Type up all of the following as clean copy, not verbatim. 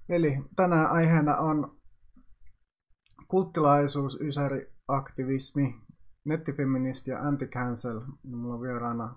Eli tänään aiheena on kulttilaisuus, ysäri, aktivismi, nettifeministi ja anti-cancel. Mulla on vieraana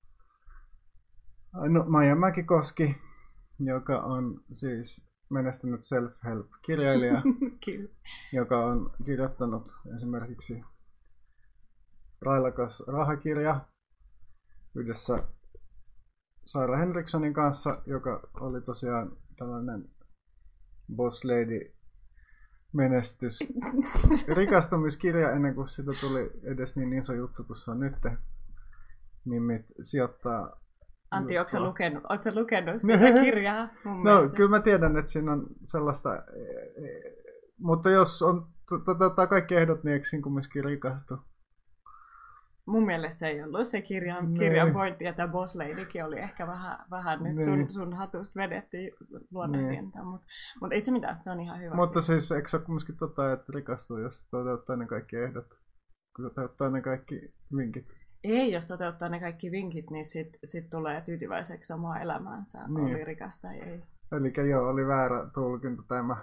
Maija Mäkikoski, joka on siis menestynyt self-help-kirjailija, joka on kirjoittanut esimerkiksi Railakas rahakirja yhdessä Saara Henrikssonin kanssa, joka oli tosiaan tällainen boss lady menestys rikastumiskirja ennen kuin siitä tuli edes niin iso juttu kuin se on nyt. Mimmit sijoittaa. Antti, ootko sä lukenut sitä kirjaa? No, kyllä mä tiedän, että siinä on sellaista, mutta jos on toteuttaa kaikki ehdot, niin eikö siinä kumminkin rikastu? Mun mielestä se ei ollut se kirjan pointti, ja tämä Boss Ladykin oli ehkä vähän nyt sun hatusta vedettiin luonnehdientä, mutta ei se mitään, se on ihan hyvä. Mutta siis eikö se ole kumminkin että rikastuu, jos toteuttaa ne kaikki ehdot, kun toteuttaa ne kaikki vinkit? Ei, jos toteuttaa ne kaikki vinkit, niin sit tulee tyytyväiseksi omaa elämäänsä, niin. Oli rikas tai ei. Eli joo, oli väärä tulkinta tämä.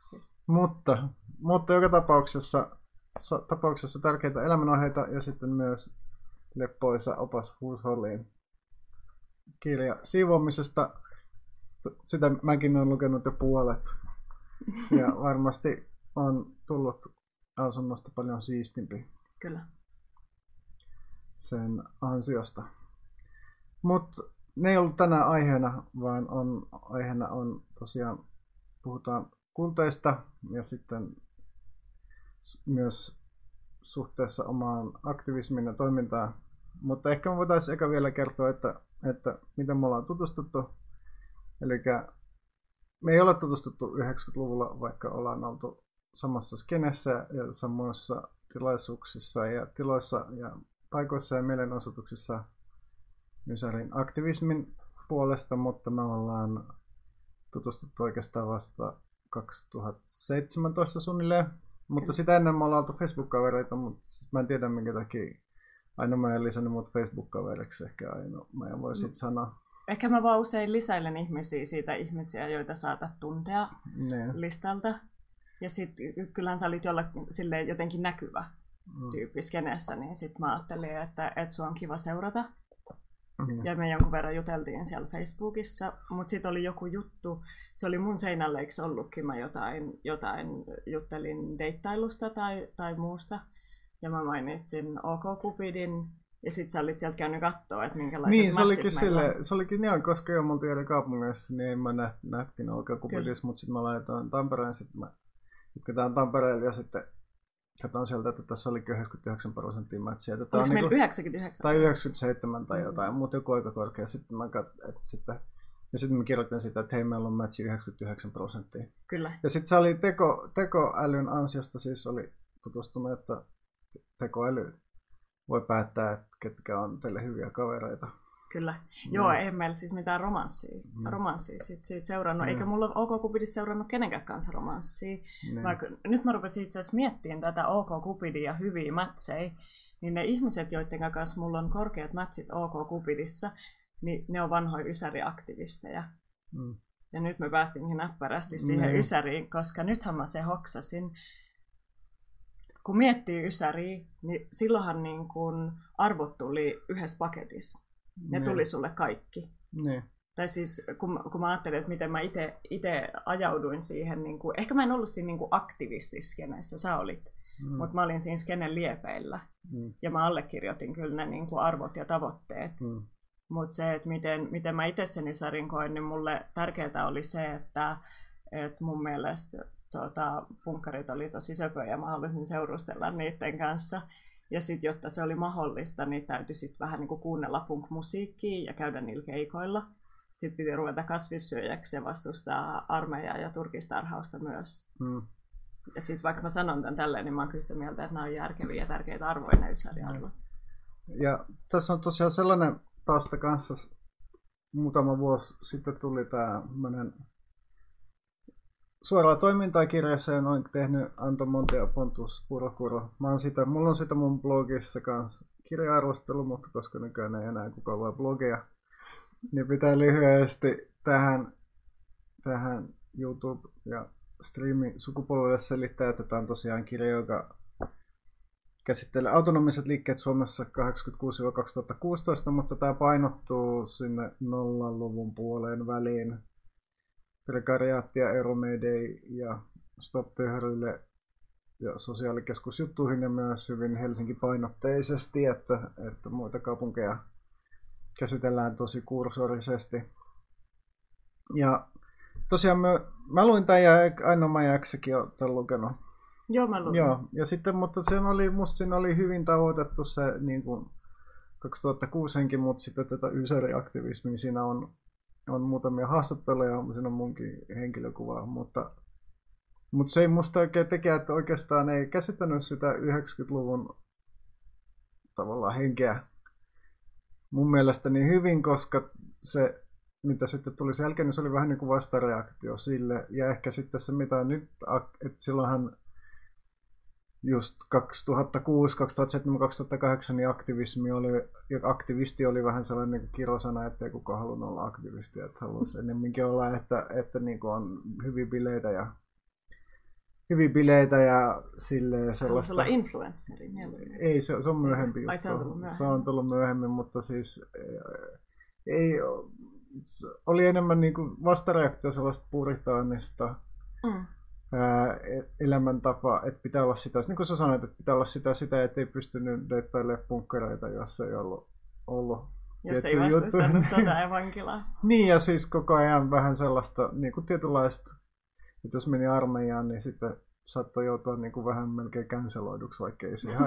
Mutta joka tapauksessa tärkeitä elämänohjeita ja sitten myös leppoisa opas huusholliin kirja siivoamisesta. Sitä mäkin olen lukenut jo puolet. Ja varmasti on tullut asunnosta paljon siistimpi. Kyllä. Sen ansiosta. Mutta ne ei ollut tänään aiheena, vaan aiheena on tosiaan, puhutaan kulteista ja sitten myös suhteessa omaan aktivismiin ja toimintaan. Mutta ehkä me voitaisiin eka vielä kertoa, että miten me ollaan tutustuttu. Eli me ei ole tutustuttu 90-luvulla, vaikka ollaan oltu samassa skenessä ja samoissa tilaisuuksissa ja tiloissa ja paikoissa ja mielenosoituksissa ysärin aktivismin puolesta, mutta me ollaan tutustuttu oikeastaan vasta 2017 suunnilleen. Mutta sitä ennen me ollaan oltu Facebook-kavereita, mutta mä en tiedä minkä takia aina mä en lisännyt mut Facebook-kaveriksi, ehkä aina mä voisin sanoa. Ehkä mä vaan usein lisäilen ihmisiä, joita saatat tuntea listalta. Ja sit kyllähän sä olit silleen jotenkin näkyvä tyyppi skeneessä, niin sit mä ajattelin, että sua on kiva seurata. Ja me jonkun verran juteltiin siellä Facebookissa, mutta sitten oli joku juttu, se oli mun seinällä, eikö ollutkin, mä jotain juttelin deittailusta tai muusta. Ja mä mainitsin OK Cupidin, ja sit sä olit sieltä käynyt kattoo, että minkälaiset niin, se olikin ihan, koska jo oltiin eri kaupungeissa, niin en mä nähtiin OK Cupidissa, mutta sitten mä laitoin Tampereen, sitten mä jatketaan Tampereelle ja sitten katson sieltä, että tässä oli 99% matsia. Oliko meillä 99? Tai 97 tai jotain, mutta joku aika korkea. Sitten mä kirjoitin sitä, että hei, meillä on matchi 99%. Kyllä. Ja sitten se oli tekoälyn ansiosta, siis oli tutustunut, että tekoäly voi päättää, että ketkä on teille hyviä kavereita. Kyllä. Joo, ei meillä siis mitään romanssia siitä seurannut. Eikä mulla ole OK Cupidissa seurannut kenenkään kanssa romanssia. Nyt mä rupesin itse asiassa miettimään tätä OK Cupidia ja hyviä matseja. Niin ne ihmiset, joiden kanssa mulla on korkeat matsit OK Cupidissa, niin ne on vanhoja ysäriaktivisteja. Ja nyt me päästiin näppärästi siihen ysäriin, koska nythän mä se hoksasin. Kun miettii ysäriä, niin silloinhan niin kun arvot tuli yhdessä paketissa. Ne tuli sulle kaikki. Tai siis kun mä ajattelin, että miten mä itse ajauduin siihen, niin kuin, ehkä mä en ollut siinä niin aktivistiskenessä, sä olit, mutta mä olin siinä skenen liepeillä. Ja mä allekirjoitin kyllä ne niin kuin arvot ja tavoitteet. Mutta se, että miten mä itse sen ysärin koin, niin mulle tärkeää oli se, että mun mielestä punkkarit oli tosi söpöjä ja mä halusin seurustella niiden kanssa. Ja sitten, jotta se oli mahdollista, niin täytyi sitten vähän niin kuin kuunnella punk-musiikkia ja käydä niillä keikoilla. Sitten piti ruveta kasvissyöjäksi ja vastustaa armeijaa ja turkistarhausta myös. Ja siis vaikka mä sanon tämän tälleen, niin mä oon kyllä sitä mieltä, että nämä on järkeviä ja tärkeitä arvoja, ne ysäriarvot. Ja tässä on tosiaan sellainen tausta kanssa, muutama vuosi sitten tuli tämmöinen suoraa toimintaa kirjassa ja olen tehnyt Anto Monti ja Pontus Purokuro. Mulla on sitä mun blogissa kanssa kirja-arvostelu, mutta koska nykyään ei enää kukaan voi blogia, niin pitää lyhyesti tähän YouTube- ja striimi-sukupolvelle selittää, että tämä on tosiaan kirja, joka käsittelee autonomiset liikkeet Suomessa 1986-2016, mutta tämä painottuu sinne 0-luvun puoleen väliin prekariaattia, Euromayday ja Stop Töhrylle ja sosiaalikeskusjuttuihin ja myös hyvin Helsinki-painotteisesti, että muita kaupunkeja käsitellään tosi kursorisesti. Ja tosiaan mä luin tämän ja Aino Jääksäkin on tämän lukenut. Joo, mä luin. Joo, ja sitten, mutta musta siinä oli hyvin tavoitettu se niin kuin 2006 henki, mutta sitten tätä Ysäri-aktivismia siinä on muutamia haastatteluja, siinä on munkin henkilökuva, mutta se ei musta oikein tekee, että oikeastaan ei käsittänyt sitä 90-luvun tavallaan henkeä mun mielestä niin hyvin, koska se, mitä sitten tuli sen jälkeen, niin se oli vähän niin kuin vastareaktio sille. Ja ehkä sitten se, mitä nyt, että silloinhan just 2006, 2007, 2008 niin aktivisti oli vähän sellainen niin kuin kirosana, että ei kukaan halunnut olla aktivisti, että haluaisi ennemminkin olla, että niin kuin on hyviä bileitä ja silleen sellaista. Haluaisi olla influensseri. Ei, se on myöhempi juttu. Se on tullut myöhemmin, mutta siis ei, oli enemmän niin kuin vastareaktio sellaista puritaanista elämäntapa, että pitää olla sitä, niin kuin sä sanoit, että pitää olla sitä, ettei pystynyt deittailemaan punkkereita, jos ei ollut jos ei vastustanut sotaa ja vankilaa. Niin, ja siis koko ajan vähän sellaista niin kuin tietynlaista, että jos meni armeijaan, niin sitten saattoi joutua niin kuin vähän melkein canceloiduksi, vaikka ei siihen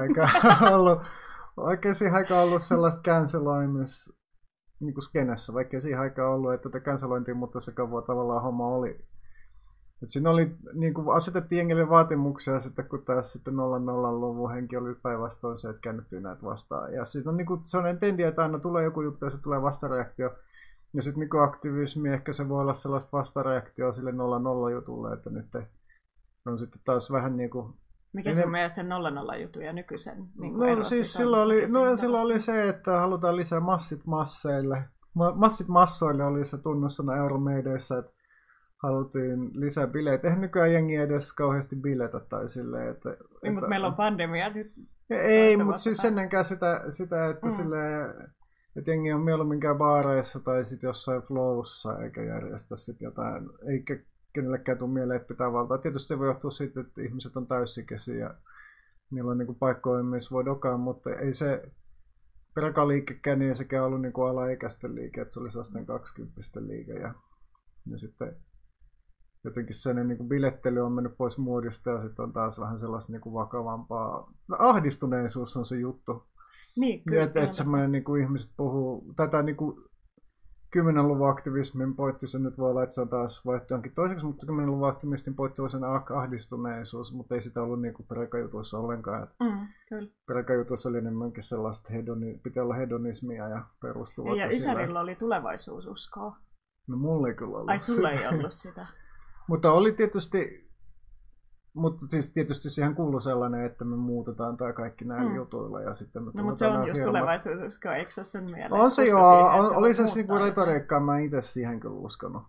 aikaan ollut sellaista canceloimis niin kuin skenessä, vaikka ei siihen aikaan ollut, että tätä cancelointia, mutta se kauan tavallaan homma oli. Et siinä oli, niin kuin asetettiin jengille vaatimuksia, sitten kun taas sitten 00-luvun henki oli päinvastoin se, että käännyttiin näitä vastaan. Ja sitten on niin kuin sellainen tendi, että aina tulee joku juttu ja se tulee vastareaktio. Ja sitten niin aktivismi, ehkä se voi olla sellaista vastareaktioa sille 00-jutulle, että nyt on sitten taas vähän niin kuin... Mikä sun mielestä 00-jutu ja nykyisen niin no siis silloin oli se, että halutaan lisää massit masseille. Massit massoille oli se tunnussana Euromaydayssä, että haluttiin lisää bileitä. Eihän nykyään jengi edes kauheasti biletä tai silleen, niin, mutta meillä on pandemia nyt. Ei, mutta siis ennenkään sitä että silleen, että jengi on mieluummin käy baareissa tai sitten jossain flowssa eikä järjestä sitten jotain, eikä kenellekään tule mieleen, että pitää valtaa. Tietysti se voi johtua siitä, että ihmiset on täysikäisiä ja niillä on niinku paikkoja, missä voi dokaa, mutta ei se peräkaliikkekään niin sekään ollut niinku alaikäisten liike, että se oli sellaisten 20 liike ja sitten jotenkin sellainen niin kuin bilettely on mennyt pois muodista ja sitten on taas vähän sellaista niin kuin vakavampaa. Ahdistuneisuus on se juttu. Niin, kyllä. Että semmoinen niin kuin ihmiset puhuu, tätä niin kuin 10-luvun aktivismin pointti se nyt voi olla, että se on taas vaihtu jonkin toiseksi, mutta 10-luvun aktivistin pointti on sen ahdistuneisuus, mutta ei sitä ollut niin kuin perekajutuissa ollenkaan. Perekajutuissa oli enemmänkin sellaista, pitää olla hedonismia ja perustuvat. Ja Ysärillä oli tulevaisuususkoa. No mulla ei kyllä ollut. Ai sulla ei ollut sitä. Mutta oli tietysti, mutta siis tietysti siihen kuului sellainen, että me muutetaan tämä kaikki näillä jutuilla ja sitten me mutta se on just tulevaisuususko, eikö se sun mielestä? On se joo, oli se niinku retoriikkaa, mä itse siihen kyllä uskonut.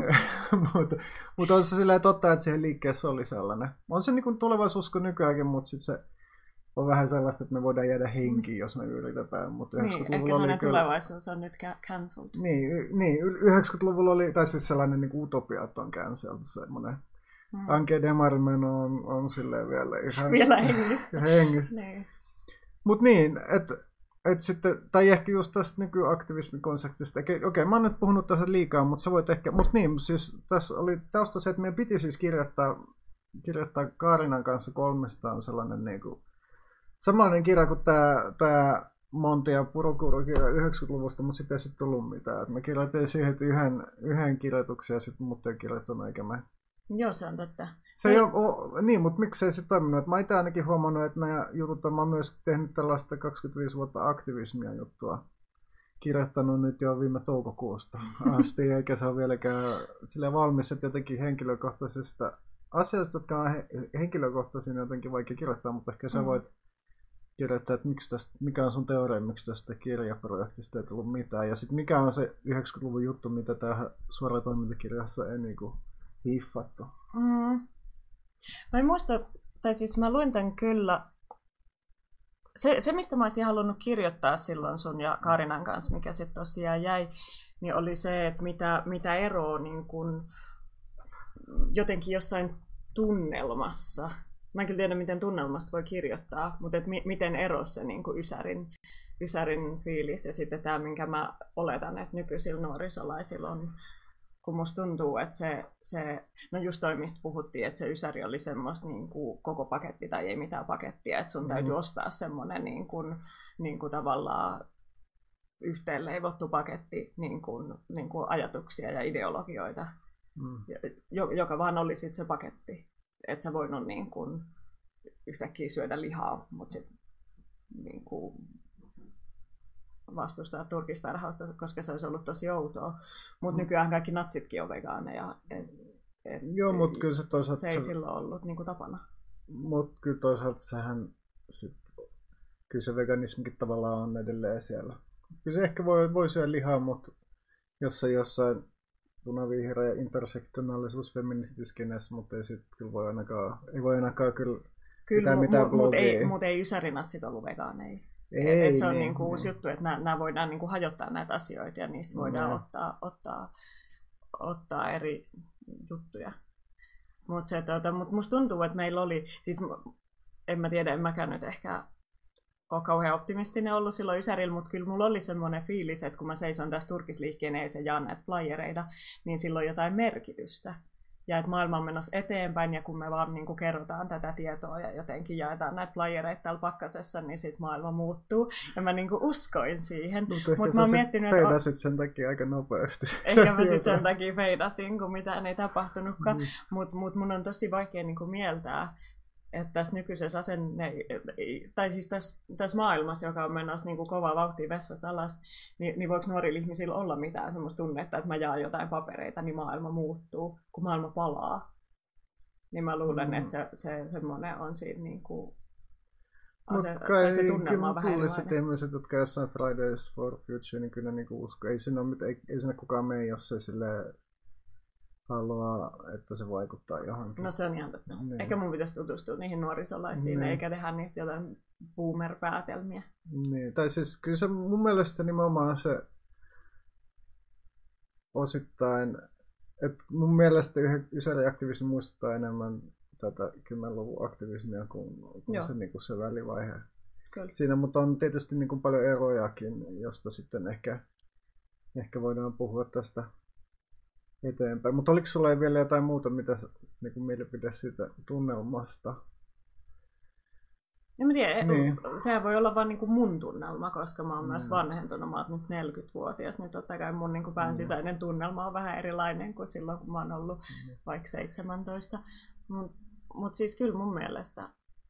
mutta on se silleen totta, että siihen liikkeessä oli sellainen. On se niinku tulevaisuusko nykyäänkin, mutta sitten se on vähän sellaista, että me voidaan jäädä henkiin, jos me yritetään. Mutta niin, ehkä sellainen tulevaisuus on nyt cancelled. Niin, 90-luvulla oli, tai siis sellainen niin utopia, että on cancelled semmoinen. Anke Demarmen on silleen vielä hengissä. Niin. Mutta niin, että sitten, tai ehkä just tästä nykyaktivismikonseptista, okei, mä oon nyt puhunut tässä liikaa, mutta sä voit ehkä, mutta niin, siis tässä oli tausta se, että meidän piti siis kirjoittaa Kaarinan kanssa kolmestaan sellainen niinku samanlainen kirja kuin tämä Monti ja Purokuru-kirja 90-luvusta, mutta sitten ei sitten tullut mitään. Mä kirjoitin siihen yhden kirjoituksen ja sitten muut ei kirjoittanut eikä mä. Joo, se on totta. Niin, mutta miksi ei se toiminut? Mä itse ainakin huomannut, että nämä jutut on myös tehnyt tällaista 25 vuotta aktivismia juttua. Kirjoittanut nyt jo viime toukokuusta asti, eikä se ole vieläkään silleen valmis, että jotenkin henkilökohtaisista asioista, jotka on henkilökohtaisia, jotenkin vaikea kirjoittaa, mutta ehkä sä voit kirjoittaa, että mikä on sun teoria, miksi tästä kirjaprojektista ei tullut mitään. Ja sitten mikä on se 90-luvun juttu, mitä tähän suoraan toimintakirjassa ei niinku hiffattu. Mä en muista, tai siis mä luin tämän kyllä. Se, mistä mä olisin halunnut kirjoittaa silloin sun ja Karinan kanssa, mikä sitten tosiaan jäi, niin oli se, että mitä eroa niin kun jotenkin jossain tunnelmassa. Mä en kyllä tiedä, miten tunnelmasta voi kirjoittaa, mutta miten erosi se niin kun Ysärin fiilis ja sitten tämä, minkä mä oletan, että nykyisillä nuorisolaisilla on. Kun musta tuntuu, että no just toi, mistä puhuttiin, että se Ysäri oli semmoista niin kuin koko paketti tai ei mitään pakettia, että sun täytyy ostaa semmoinen niin kuin tavallaan yhteenleivottu paketti niin kuin ajatuksia ja ideologioita, joka vaan oli sitten se paketti. Et sä voinut niin kuin yhtäkkiä syödä lihaa, mutta sitten niin kuin vastustaa turkistarhausta, koska se olisi ollut tosi outoa. Mutta nykyään kaikki natsitkin on vegaaneja. Joo, mutta kyllä se toisaalta... Se ei silloin ollut niin kuin tapana. Mutta kyllä toisaalta sehän... Kyllä se veganismikin tavallaan on edelleen siellä. Kyllä se ehkä voi syödä lihaa, mutta jossain punavihreä intersektionaalisuus feministiskenessä, mutta ei sitten kyllä voi ainakaan kyllä mitään blogia. Mutta ei Ysärinatsit ollut vegaaneja. Se on niin kuin uusi juttu, että nämä voidaan niin kuin hajottaa näitä asioita ja niistä voidaan ottaa eri juttuja. Mutta musta tuntuu, että meillä oli, siis en mä tiedä, en mäkään nyt ehkä ole kauhean optimistinen ollut silloin Ysärillä, mutta kyllä mulla oli semmoinen fiilis, että kun mä seison tässä turkisliikkeen ees ja jaan näitä flyereita, niin sillä on jotain merkitystä. Ja että maailma on menossa eteenpäin, ja kun me vaan niin kuin kerrotaan tätä tietoa ja jotenkin jaetaan näitä flyereita täällä pakkasessa, niin sitten maailma muuttuu. Ja mä niin kuin uskoin siihen. Mutta mä oon miettinyt, että feidasit sen takia aika nopeasti. Ehkä mä sitten sen takia feidasin, kun mitään ei tapahtunutkaan. Mutta mun on tosi vaikea niin kuin mieltää, että tässä nykyisessä tai siis tässä maailmassa, joka on menossa niin kuin kovaa vauhtia vessasta alas, niin voiko nuorilla ihmisillä olla mitään semmoista tunnetta, että mä jaan jotain papereita, niin maailma muuttuu, kun maailma palaa. Niin mä luulen, että se semmoinen on siinä niin kuin se tunnelma on vähän erilainen. Ihmiset, jotka jossain Fridays for Future, niin kyllä niin usko. Ei siinä kukaan mene, jos ei silleen haluaa, että se vaikuttaa johonkin. No se on ihan totta. Niin. Ehkä mun pitäisi tutustua niihin nuorisolaisiin, niin. Eikä tehdä niistä jotain boomer-päätelmiä. Niin, tai siis kyllä se mun mielestä nimenomaan se osittain, että mun mielestä Ysäri-aktivismi muistuttaa enemmän tätä 10-luvun aktivismia kuin se, niin kuin se välivaihe. Kyllä. Siinä, mutta on tietysti niin kuin paljon erojakin, josta sitten ehkä voidaan puhua tästä eteenpäin. Mutta oliko sulla vielä jotain muuta, mitä niin mielipide siitä tunnelmasta? En mä tiedä, niin. Sehän voi olla vaan niin kuin mun tunnelma, koska mä oon myös vanhentunut. Mä oon nyt 40-vuotias, niin totta kai mun niin kuin pään sisäinen tunnelma on vähän erilainen kuin silloin, kun mä oon ollut vaikka 17. Mutta siis kyllä mun mielestä.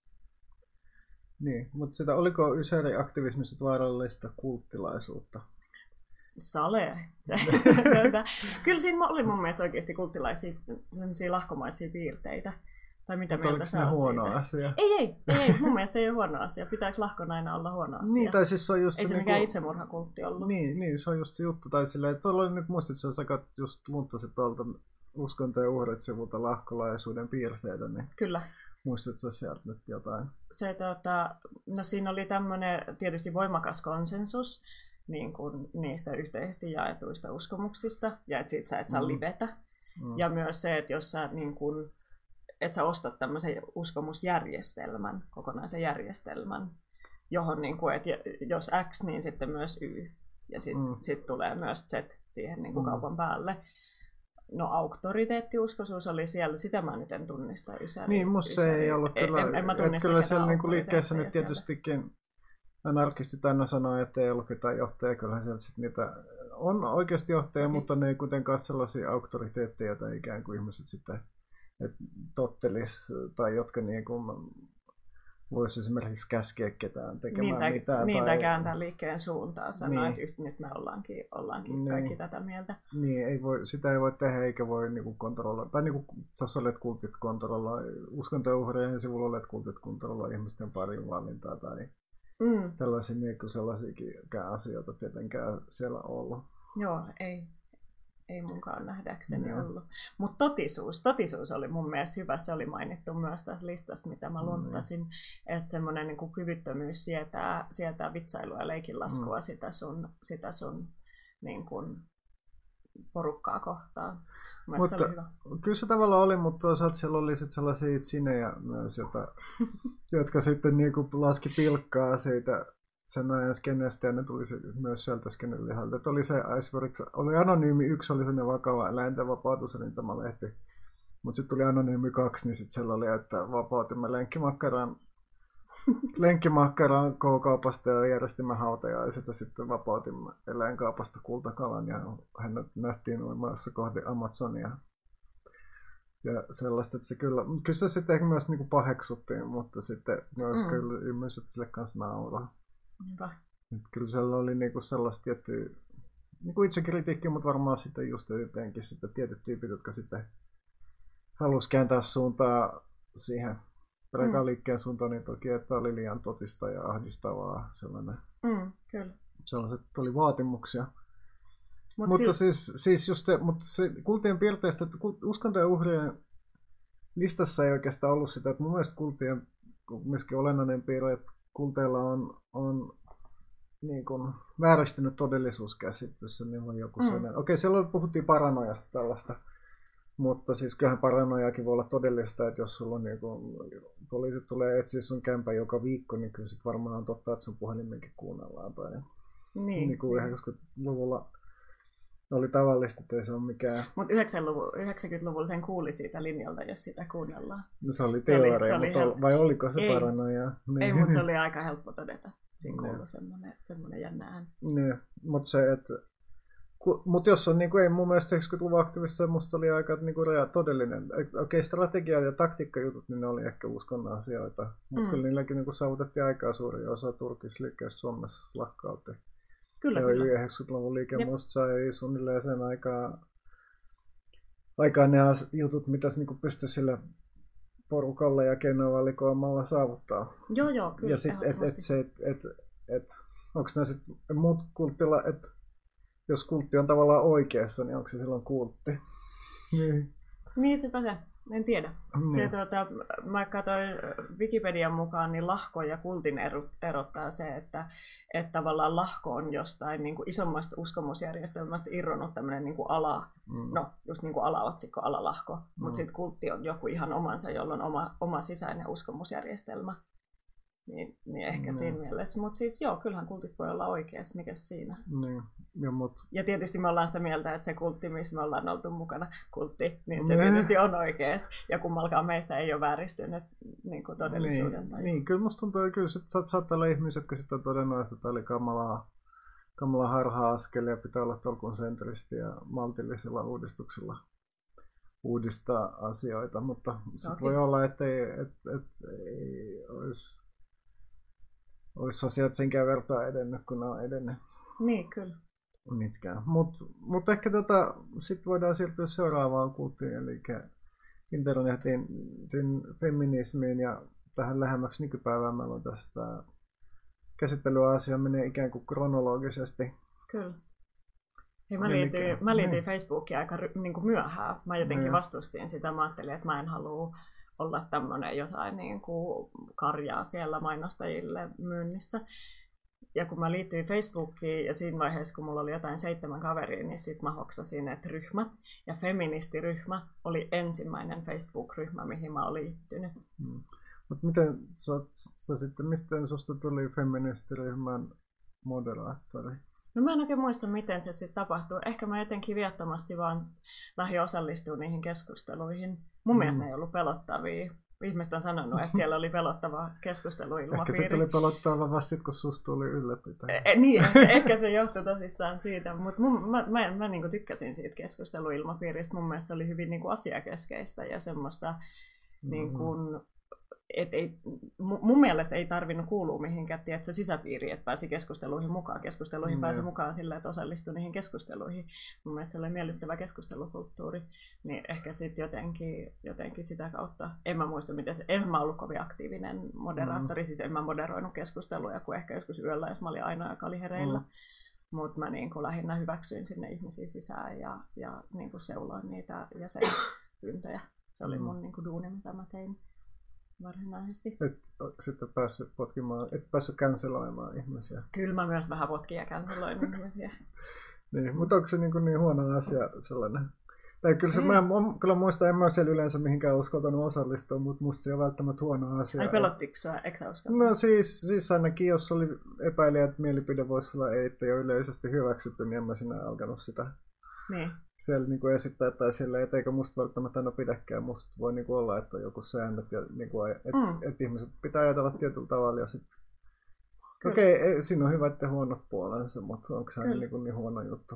Niin, mutta oliko Ysäri-aktivismista vaarallista kulttilaisuutta? Sale. Kyllä siinä oli mun mielestä oikeasti kulttilaisia, sellaisia lahkomaisia piirteitä. Tai mitä mieltä sä oot huono siitä? Asia? Ei, mun mielestä se ei ole huono asia. Pitääkö lahkon aina olla huono asia? Niin, tai siis se on just ei se mikään itsemurhakultti ollut. Niin, se on just se juttu. Tai silleen, että tuolla nyt muistit, että sä just luntasit tuolta Uskonto ja uhrit sivulta lahkolaisuuden piirteitä. Niin kyllä. Muistatko sieltä nyt jotain? No siinä oli tämmöinen tietysti voimakas konsensus niin kuin niistä yhteisesti jaetuista uskomuksista, ja että sit sä et saa livetä. Ja myös se, että jos sä niin kuin että sä ostat tämmöisen uskomusjärjestelmän, kokonaisen järjestelmän, johon niin kuin, että jos X, niin sitten myös Y. Ja sitten tulee myös Z siihen niin kuin kaupan päälle. No auktoriteettiuskoisuus oli siellä, sitä mä nyt en tunnista Ysäri. Niin, musta se ei ollut kyllä. En mä tunnista kyllä siellä niin kuin liikkeessä nyt tietystikin anarkistit aina sanoo, että ei ollut ketään johtajia. Kyllähän sieltä sitten niitä on oikeasti johtajia, mutta ne ei kuitenkaan sellaisia auktoriteetteja, joita ikään kuin ihmiset sitten tottelis, tai jotka niin kuin voisi esimerkiksi käskeä ketään tekemään mitään. Tai kääntää liikkeen suuntaan, sanoa, että nyt me ollaankin kaikki tätä mieltä. Niin, sitä ei voi tehdä, eikä voi niinku kontrolloida, tai niinku tuossa olet kultit kontrolloida, uskonto- ja uhrien sivulla olet kultit kontrolloida ihmisten parin valintaa, tai tällaisia niinku sellaisiakin asioita tietenkään siellä ollut. Joo, ei munkaan nähdäkseni ollut. Mutta totisuus oli mun mielestä hyvä, se oli mainittu myös tässä listassa, mitä mä luntasin, että semmoinen niin kuin kyvyttömyys sietää vitsailua ja leikinlaskua sitä sun niin kuin porukkaa kohtaan. Mutta kyllä se tavallaan oli, mutta toisaalta siellä oli sit sellaisia sinejä myös, jotka sitten niinku laski pilkkaa siitä sen ajan skenestä, ja ne tuli myös sieltä skenen lihalta. Oli se esimerkiksi, oli Anonyymi 1, oli sellainen vakava eläinten vapautusrintamalehti, mutta sitten tuli Anonyymi 2, niin sitten siellä oli, että vapautimme lenkkimakkaran K-kaupasta ja järjestimme hautajaiset, ja sitten vapautimme eläinkaupasta kultakalan, ja hänet nähtiin uimassa kohti Amazonia. Ja sellaista, että se kyllä se sitten ehkä myös niinku paheksuttiin, mutta sitten myös kyllä ymmärsin, että sille kanssa nauraa. Kyllä siellä oli niinku sellaista tiettyä niinku itsekritiikkiä, mutta varmaan sitten just jotenkin sitten tietyt tyypit, jotka sitten halusi kääntää suuntaa siihen Prega-liikkeen suuntaan, niin toki, että oli liian totista ja ahdistavaa sellainen. Kyllä. Sellaiset oli vaatimuksia. Mutta siis just se kultien piirteistä, että uskontojen uhrien listassa ei oikeastaan ollut sitä, että mun mielestä kultien myöskin olennainen piirre, että kulteilla on niin kuin vääristynyt todellisuuskäsitys, niin on joku sellainen. Okei, siellä puhuttiin paranoiasta tällaista, mutta siis kyllähän paranoiakin voi olla todellista, että jos sulla on poliisit tulee etsiä sun kämpän joka viikko, niin kyllä sit varmaan on totta, että sun puhelimenkin kuunnellaan. Niin kuin 90-luvulla oli tavallista, että ei se ole mikään. Mutta 90-luvulla sen kuuli siitä linjalta, jos sitä kuunnellaan. No se oli teoria, vai oliko se paranoia? Niin. Ei, mutta se oli aika helppo todeta. Siinä kuului semmoinen jännä ääni. Niin, mutta se, että mutta jos on, niin kuin, ei mun mielestä 90-luvun aktivissa, musta oli aika niin kuin, todellinen. Okei, strategia- ja taktiikkajutut, niin ne oli ehkä uskonnon asioita. Mutta kyllä niilläkin niin kuin, saavutettiin aikaa suuri osa turkisliikkeestä Suomessa lakkautti. Kyllä. 90-luvun liike musta sai suunnilleen sen aikaan ne jutut, mitä se niin pystyi sillä porukalla ja keinovalikoimalla saavuttaa. Joo, kyllä. Ja sitten, onko nämä sitten muut kulttilla, että jos kultti on tavallaan oikeassa, niin onko se silloin kultti? Niin sepä se. En tiedä. Se, mä katsoin Wikipedian mukaan, niin lahko ja kultin erottaa se, että tavallaan lahko on jostain niin kuin isommasta uskomusjärjestelmästä irronnut tämmöinen niin kuin just niin kuin alaotsikko, alalahko. Mutta sitten kultti on joku ihan omansa, jolla on oma sisäinen uskomusjärjestelmä. Niin ehkä siinä mielessä. Mutta siis joo, kyllähän kultit voi olla oikeassa, mikäs siinä. Niin. Ja tietysti me ollaan sitä mieltä, että se kultti, missä me ollaan oltu mukana, niin se tietysti on oikeassa. Ja kummalkaan meistä ei ole vääristynyt niin kuin todellisuuden. Niin, kyllä musta tuntuu, että kyllä saattaa olla ihmisiä, jotka sitten on todennut, että tämä oli kamala harha-askel ja pitää olla tolkun sentristi ja maltillisilla uudistuksilla uudistaa asioita. Mutta sitten voi olla, että ei olisi asiat senkään vertaa edennyt, kun ne on edennyt. Niin, kyllä. Mitkään. Mutta ehkä sitten voidaan siirtyä seuraavaan kulttiin, eli internetin feminismiin ja tähän lähemmäksi nykypäivään. Meillä on tästä käsittelyasia menee ikään kuin kronologisesti. Kyllä. Hei, mä liityin Facebookiin aika niin kuin myöhään. Mä jotenkin vastustin sitä. Mä ajattelin, että mä en halua olla tämmöinen jotain niin kuin karjaa siellä mainostajille myynnissä. Ja kun mä liityin Facebookiin ja siinä vaiheessa, kun mulla oli jotain 7 kaveria, niin sit mä hoksasin, että ryhmät ja feministiryhmä oli ensimmäinen Facebook-ryhmä, mihin mä olin liittynyt. Mutta miten mistä susta tuli feministiryhmän moderaattori? No mä en oikein muista, miten se sitten tapahtui. Ehkä mä jotenkin viattomasti vaan lähdin osallistumaan niihin keskusteluihin. Mun mielestä ne ei ollut pelottavia. Ihmiset on sanonut, että siellä oli pelottava keskusteluilmapiiri. Ehkä se tuli pelottava vasta sitten, kun susta tuli ylläpitäjä. Niin, ehkä se johtui tosissaan siitä. Mutta mä niinku tykkäsin siitä keskusteluilmapiiristä. Mun mielestä se oli hyvin niinku asiakeskeistä ja semmoista niinku, mun mielestä ei tarvinnut kuulua mihinkään se sisäpiiri, että pääsi keskusteluihin mukaan. Keskusteluihin pääsi mukaan sillä, että osallistui niihin keskusteluihin. Mun mielestä se oli miellyttävä keskustelukulttuuri. Niin ehkä sitten jotenkin sitä kautta. En mä muista, en mä ollut kovin aktiivinen moderaattori. Siis en mä moderoinut keskusteluja, kun ehkä joskus yöllä, jos mä olin ainoa, joka oli hereillä. Mutta mä niin kuin lähinnä hyväksyin sinne ihmisiä sisään ja niin kuin seuloin niitä jäsenpyyntöjä. Se oli mun niin kuin duuni, mitä mä tein varsinaisesti. Et sitten päässyt potkimaan, et päässyt canceloimaan ihmisiä. Kyllä mä myös vähän potkin ja canceloin ihmisiä. Niin, mutta onko se niin huono asia sellainen? Tai kyllä se, kyllä muistan, en mä siellä yleensä mihinkään uskaltanut osallistua, mutta musta se on välttämättä huono asia. Ai pelottiko sä, eikö sä uskaltanut? No siis ainakin jos oli epäilijä, että mielipide voisi olla ei jo yleisesti hyväksytty, niin en mä sinä alkanut sitä niin. siellä niin kuin esittää tai silleen, että eikö musta välttämättä aina pidäkään. Musta voi niin kuin olla, että on joku säännöt ja niin kuin, että ihmiset pitää ajatella tietyllä tavalla ja sitten okei, siinä on hyvät ja huonot puolensa, mutta onko se niin huono juttu?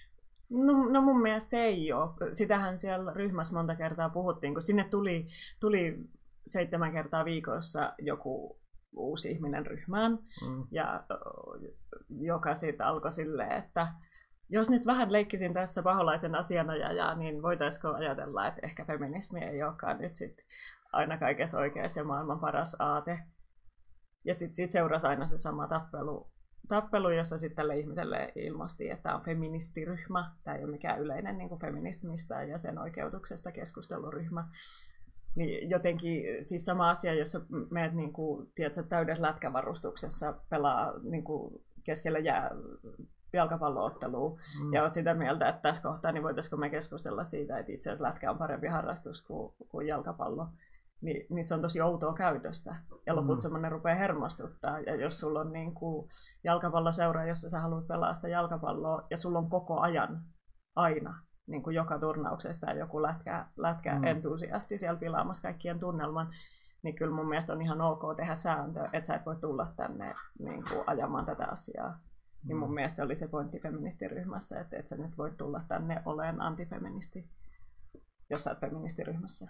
No mun mielestä se ei ole. Sitähän siellä ryhmässä monta kertaa puhuttiin, kun sinne tuli 7 kertaa viikossa joku uusi ihminen ryhmään, ja joka sitten alkoi silleen, että jos nyt vähän leikkisin tässä paholaisen asianajajaa, niin voitaisiko ajatella, että ehkä feminismi ei olekaan nyt sit aina kaikessa oikeassa ja maailman paras aate. Ja sitten siitä seurasi aina se sama tappelu, jossa sitten tälle ihmiselle ilmoisti, että tämä on feministiryhmä. Tämä ei ole mikään yleinen niin kuin feminismistä ja sen oikeutuksesta keskusteluryhmä. Niin jotenkin siis sama asia, jossa meidät niin kuin, tiedätkö, täydessä lätkävarustuksessa pelaa niin kuin keskellä jalkapallo-ottelua ja olet sitä mieltä, että tässä kohtaa niin voitaisiinko me keskustella siitä, että itse asiassa lätkä on parempi harrastus kuin jalkapallo. Niin se on tosi outoa käytöstä. Ja lopulta semmoinen rupeaa hermostuttaa. Ja jos sulla on niin kuin jalkapalloseura, jossa sä haluat pelaa sitä jalkapalloa, ja sulla on koko ajan aina niin kuin joka turnauksesta joku lätkä entusiasti siellä pilaamassa kaikkien tunnelman, niin kyllä mun mielestä on ihan ok tehdä sääntö, että sä et voi tulla tänne niin kuin ajamaan tätä asiaa. Niin mun mielestä se oli se pointti feministiryhmässä, että et sä nyt voi tulla tänne oleen antifeministi, jos sä oot feministiryhmässä.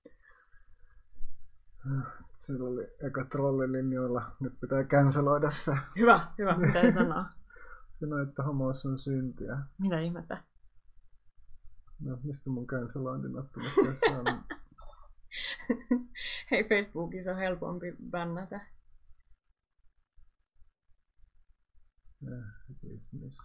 Sillä oli eka trollilinjoilla. Nyt pitää canceloida se. Hyvä. Mitä se sanoo? Sanoi, että homous on syntiä. Mitä ihmettä? No, mistä mun cancelointinappulat tässä on? Hei, Facebookissa on helpompi bännätä. Business.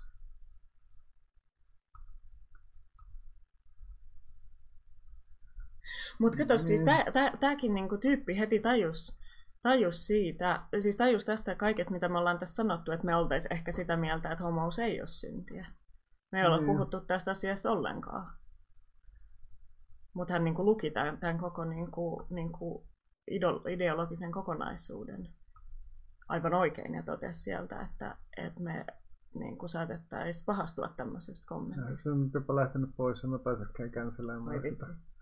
Mutta kato, siis tämäkin niinku tyyppi heti tajus siitä, siis tajus tästä kaikesta, mitä me ollaan tässä sanottu, että me oltaisiin ehkä sitä mieltä, että homous ei ole syntiä. Me ei olla puhuttu tästä asiasta ollenkaan. Mutta hän niinku luki tämän koko niinku ideologisen kokonaisuuden aivan oikein ja totesi sieltä, että me niinku saatettaisiin pahastua tämmöisestä kommentista. Se on nyt jopa lähtenyt pois ja mä pääsekään cancelaamaan sitä.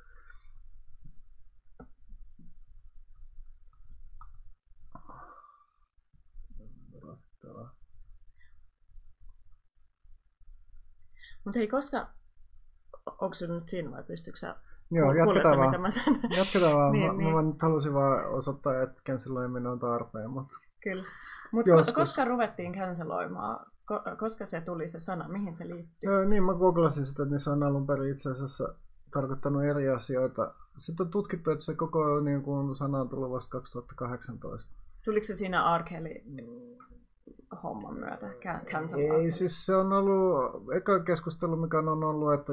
Mutta hei, onko se nyt siinä vai pystytkö sä jatketaan vaan. Mitä mä sanon? Jatketaan vaan. niin. Mä nyt halusin vaan osoittaa, että canceloiminen on tarpeen. Kyllä. Mutta koska ruvettiin canceloimaan? Koska se tuli se sana? Mihin se liittyy? Niin, mä googlasin sitä, että se on alun perin itse asiassa tarkoittanut eri asioita. Sitten on tutkittu, että se koko niin kuin, sana on tullut vasta 2018. Tuliko se siinä R. Kelly homman myötä canceloimaan? Ei, siis se on ollut eka keskustelu, mikä on ollut, että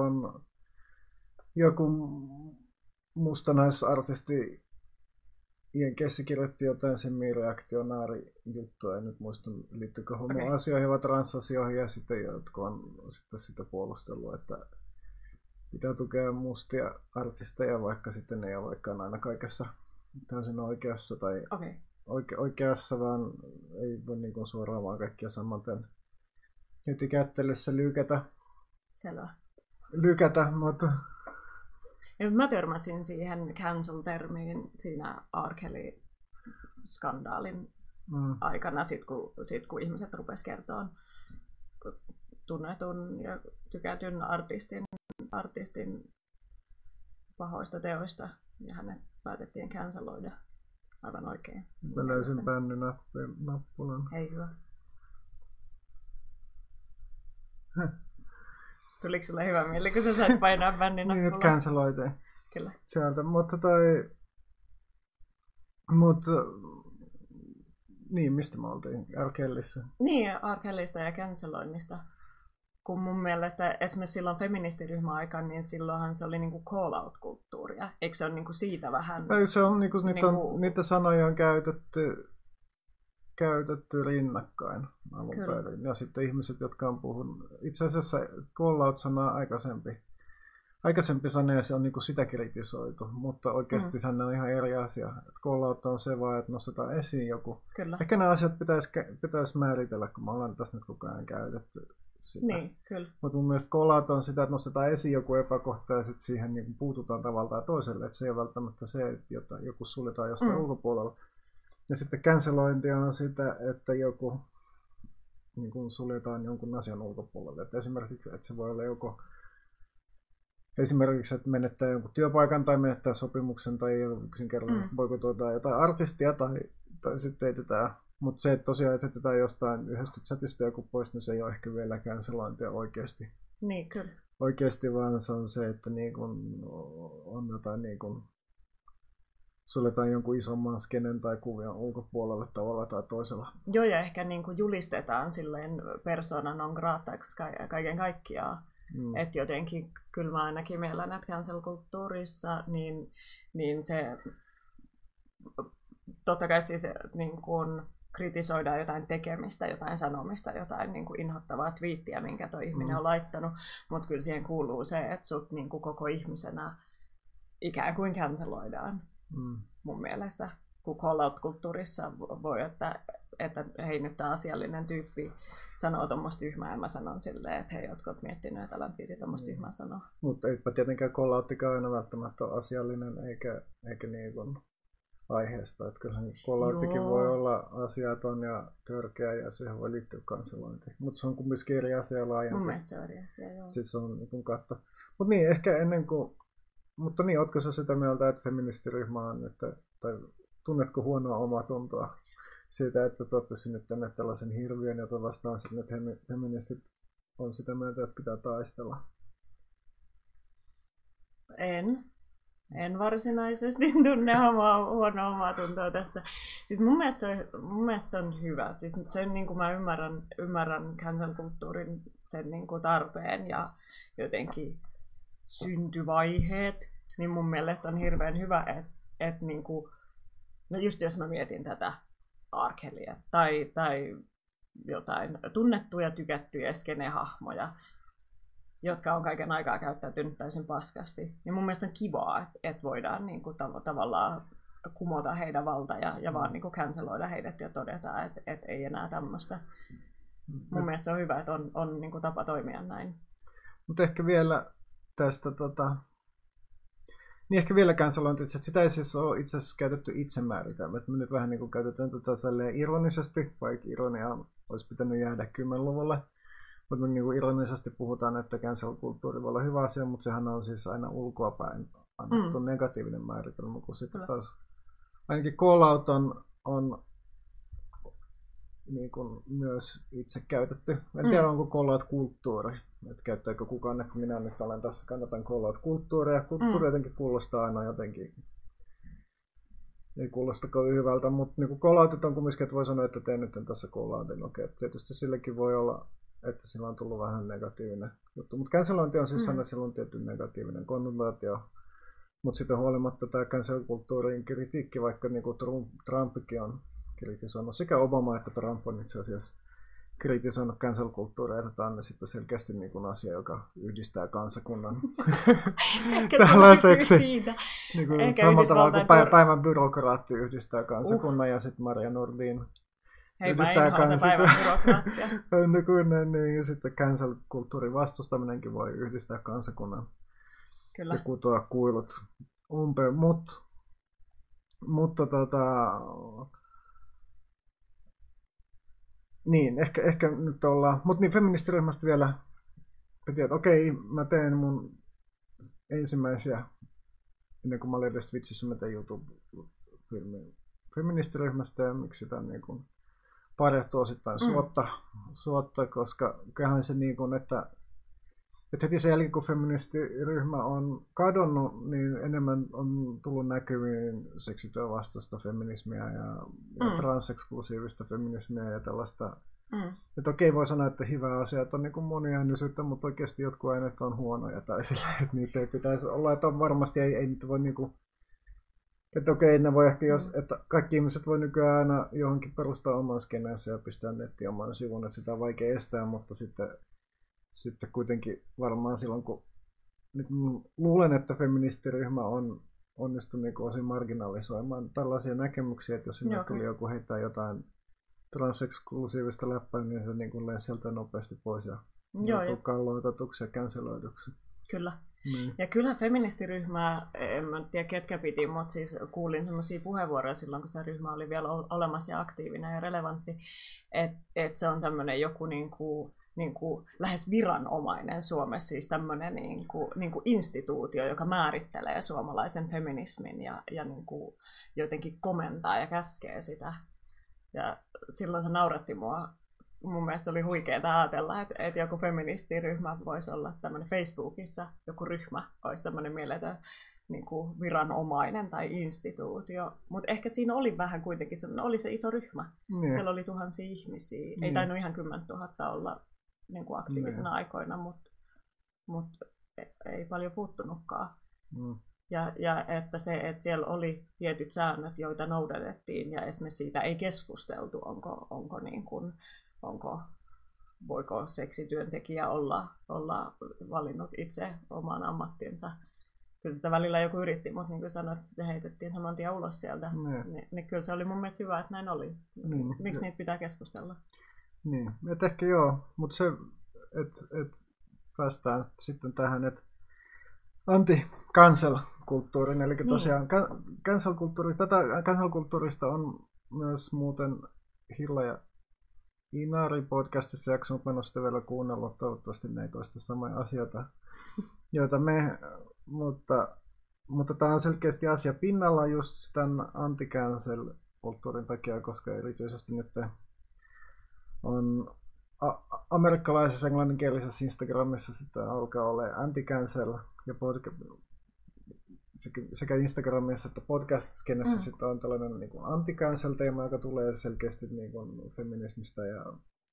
joku mustanaisartisti Jenkeissä kirjoitti jotain semi-reaktionaari-juttua, en nyt muista liittyykö homo-asioihin vai transasioihin, ja sitten jotkut on sitten sitä puolustellut, että pitää tukea mustia artisteja, vaikka sitten ei ole vaikka aina kaikessa täysin oikeassa tai oikeassa, vaan ei voi niin kuin suoraan vaan kaikkia samaten heti kättelyssä lykätä. Selvä. Mutta mä törmäsin siihen cancel-termiin siinä R. Kelly-skandaalin aikana, sit kun ihmiset rupesivat kertoa tunnetun ja tykätyn artistin pahoista teoista, ja hänet päätettiin canceloida aivan oikein. Mä löysin bändinappulan. Hei, hyvä. Tuliko sulle hyvä mieli, kun sä sait painaa bändinappulaa? Niin, että canceloitiin. Kyllä. Sieltä, mutta Niin, mistä me oltiin? R. Kellyssä. Niin, R. Kellystä ja canceloinnista. Kun mun mielestä esimerkiksi silloin feministiryhmän aikaan, niin silloinhan se oli niinku call-out-kulttuuria. Eikö se ole niinku siitä vähän? Se on, niitä sanoja on käytetty rinnakkain alun perin. Ja sitten ihmiset, jotka on puhunut. Itse asiassa call-out-sanaa aikaisempi sana, ja se on niinku sitä kritisoitu, mutta oikeasti se on ihan eri asia. Call-out on se vaan, että nostetaan esiin joku. Kyllä. Ehkä nämä asiat pitäisi määritellä, kun me ollaan tässä nyt koko ajan käytetty sitä. Niin, kyllä. Mutta mun mielestä call-out on sitä, että nostetaan esiin joku epäkohta ja sitten siihen niin puututaan tavalla tai toiselle. Että se ei ole välttämättä se, että joku suljetaan jostain ulkopuolella. Ja sitten cancelointi on sitä, että joku niin kuin suljetaan jonkun asian ulkopuolelle. Että esimerkiksi, että se voi olla joku esimerkiksi, että menettää jonkun työpaikan tai menettää sopimuksen tai yksinkertaisesti boikotoidaan jotain artistia tai sitten heitetään. Mutta se, että tosiaan heitetään jostain yhdestä chatista joku pois, niin se ei ole ehkä vielä cancelointia oikeasti. Niin, kyllä. Oikeasti vaan se on se, että niin kun on jotain niin kun suljetaan jonkun isomman skenen tai kuvion ulkopuolelle tavalla tai toisella. Joo, ja ehkä niin kuin julistetaan silleen persona non grataksi kaiken kaikkiaan. Että jotenkin kyllä mä ainakin mielen, että cancel-kulttuurissa niin se totta kai siis niin kuin kritisoidaan jotain tekemistä, jotain sanomista, jotain niin kuin inhottavaa twiittiä, minkä tuo ihminen on laittanut, mutta kyllä siihen kuuluu se, että sut niin kuin koko ihmisenä ikään kuin canceloidaan mun mielestä. Kun call-out-kulttuurissa voi, että hei, nyt tämä asiallinen tyyppi sanoo tuommoista tyhmää, ja mä sanon silleen, että hei, ootko miettinyt, että älä piti tuommoista tyhmää sanoa. Mutta eipä tietenkään call-outtikaan aina välttämättä ole asiallinen, eikä niin kuin aiheesta. Että kyllähän call-outtikin voi olla asiaton ja törkeä, ja siihen voi liittyä cancelointiin. Mutta se on kumminkin eri asia laajempi. Mun mielestä se on eri asia, joo. Siis se on niin katto. Mutta niin, ehkä ennen kuin... Mutta niin, ootko sä sitä mieltä, että feministiryhmä on, tai tunnetko huonoa omatuntoa siitä, että te olette synnyttäneet tällaisen hirviön, jota vastaan sitten, että feministit on sitä mieltä, että pitää taistella? En varsinaisesti tunne huonoa omatuntoa tästä. Siis mun mielestä se on hyvä. Siis sen, niin kuin mä ymmärrän cancel-kulttuurin sen niin kuin tarpeen ja jotenkin syntyvaiheet, niin mun mielestä on hirveän hyvä, että niin kuin, no just jos mä mietin tätä R. Kellyä tai jotain tunnettuja, tykättyjä skene-hahmoja, jotka on kaiken aikaa käyttäytynyt täysin paskasti, niin mun mielestä on kivaa, että voidaan niin kuin tavallaan kumota heidän valta ja vaan niin kuin canceloida heidät ja todeta, että ei enää tämmöistä. Mun mielestä on hyvä, että on niin kuin tapa toimia näin. Mutta ehkä vielä tästä, niin ehkä vielä cancelointia, että sitä ei siis ole itse asiassa käytetty itsemääritelmä. Me nyt vähän niin kuin käytetään tätä ironisesti, vaikka ironia olisi pitänyt jäädä 10-luvulle. Mutta niin kuin ironisesti puhutaan, että cancel-kulttuuri voi olla hyvä asia, mutta sehän on siis aina ulkoapäin annettu negatiivinen määritelmä, kun sitten taas ainakin call-out on niin kuin myös itse käytetty. En tiedä, onko call-out-kulttuuri. Että käyttääkö kukaan, että minä nyt olen tässä, kannatan call-out-kulttuuria. Kulttuuri jotenkin kuulostaa aina jotenkin, ei kuulosta kovin hyvältä, mutta niin call-outit on kumminkin, että voi sanoa, että teen nyt tässä call-outin. Okei, tietysti silläkin voi olla, että sillä on tullut vähän negatiivinen juttu. Mutta cancelointi on siis aina silloin tietty negatiivinen konnotaatio. Mutta sitten huolimatta tämä cancel-kulttuurin kritiikki, vaikka niin kuin Trumpikin on kritisoinut, sekä Obama että Trump on itse asiassa kritisoinut cancel-kulttuuria, että tämä on sitten selkeästi niin kuin asia, joka yhdistää kansakunnan tällaiseksi. Niin kuin samalla tavalla kuin päivän byrokraatti yhdistää kansakunnan ja sitten Maria Nordin yhdistää kansakunnan. Niin, ja sitten cancel-kulttuurin vastustaminenkin voi yhdistää kansakunnan. Kyllä. Ja kutoa kuilut umpeen, mutta niin, ehkä nyt ollaan, mutta niin feministiryhmästä vielä, että okei, mä teen mun ensimmäisiä, ennen kuin mä olin edes Twitchissä, mä tein YouTube-filmin feministiryhmästä ja miksi sitä on niin kuin parjattu osittain suotta, koska kyllähän se niin kuin, että että heti sen jälkeen, kun feministiryhmä on kadonnut, niin enemmän on tullut näkyviin seksityön vastaista feminismiä ja transeksklusiivista feminismiä ja tällaista. Että okei, voi sanoa, että hyvä asia, että on niin kuin moniäänisyyttä, mutta oikeasti jotkut aineet on huonoja tai sillä, että niitä ei pitäisi olla, että on varmasti ei niitä voi niin kuin, että okei, ne voi ehkä, että kaikki ihmiset voi nykyään aina johonkin perustaa oman skeneensä ja pistää nettiin oman sivun, että sitä on vaikea estää, mutta sitten kuitenkin varmaan silloin, kun nyt luulen, että feministiryhmä on onnistunut niin osin marginalisoimaan tällaisia näkemyksiä, että jos sinne tuli joku heittää jotain transeksklusiivista läppää, niin se niin kuin lensi sieltä nopeasti pois ja joutuu kalloitetuksi ja canceloiduksi. Kyllä. Ja kyllä feministiryhmää, en mä tiedä ketkä piti, mutta siis kuulin sellaisia puheenvuoroja silloin, kun se ryhmä oli vielä olemassa ja aktiivinen ja relevantti, että se on tämmöinen joku niinku lähes viranomainen Suomessa, siis tämmöinen niinku instituutio, joka määrittelee suomalaisen feminismin ja niinku jotenkin komentaa ja käskee sitä. Ja silloin se nauratti mua. Mun mielestä oli huikeaa ajatella, että joku feministiryhmä voisi olla tämmöinen Facebookissa, joku ryhmä olisi tämmöinen mieletön niin kuin viranomainen tai instituutio. Mutta ehkä siinä oli vähän kuitenkin, oli se iso ryhmä. Siellä oli tuhansia ihmisiä. Ei tainnut ihan 10 000 olla niin kuin aktiivisena aikoina, mutta ei paljon puuttunutkaan. Ja että siellä oli tietyt säännöt, joita noudatettiin, ja esimerkiksi siitä ei keskusteltu, voiko seksityöntekijä olla valinnut itse oman ammattinsa. Kyllä sitä välillä joku yritti, mutta niin kuin sanoit, että sitä heitettiin saman tien ulos sieltä. Niin kyllä se oli mun mielestä hyvä, että näin oli. Miksi niitä pitää keskustella? Niin, että ehkä joo, mutta se, että päästään sitten tähän, että anti-cancel-kulttuurin, eli tosiaan cancel-kulttuurista on myös muuten Hilla ja Inari podcastissa jaksanut mennä sitten vielä kuunnella, toivottavasti ne ei toista samoja asioita, joita me, mutta tämä on selkeästi asia pinnalla just tämän anti-cancel-kulttuurin takia, koska erityisesti nyt on amerikkalaisessa englanninkielisessä Instagramissa sitten alkaa olla anti-cancel ja sekä Instagramissa että podcast-skenessä sitten on tällainen niin kuin anti-cancel-teema, joka tulee selkeästi niin kuin feminismistä ja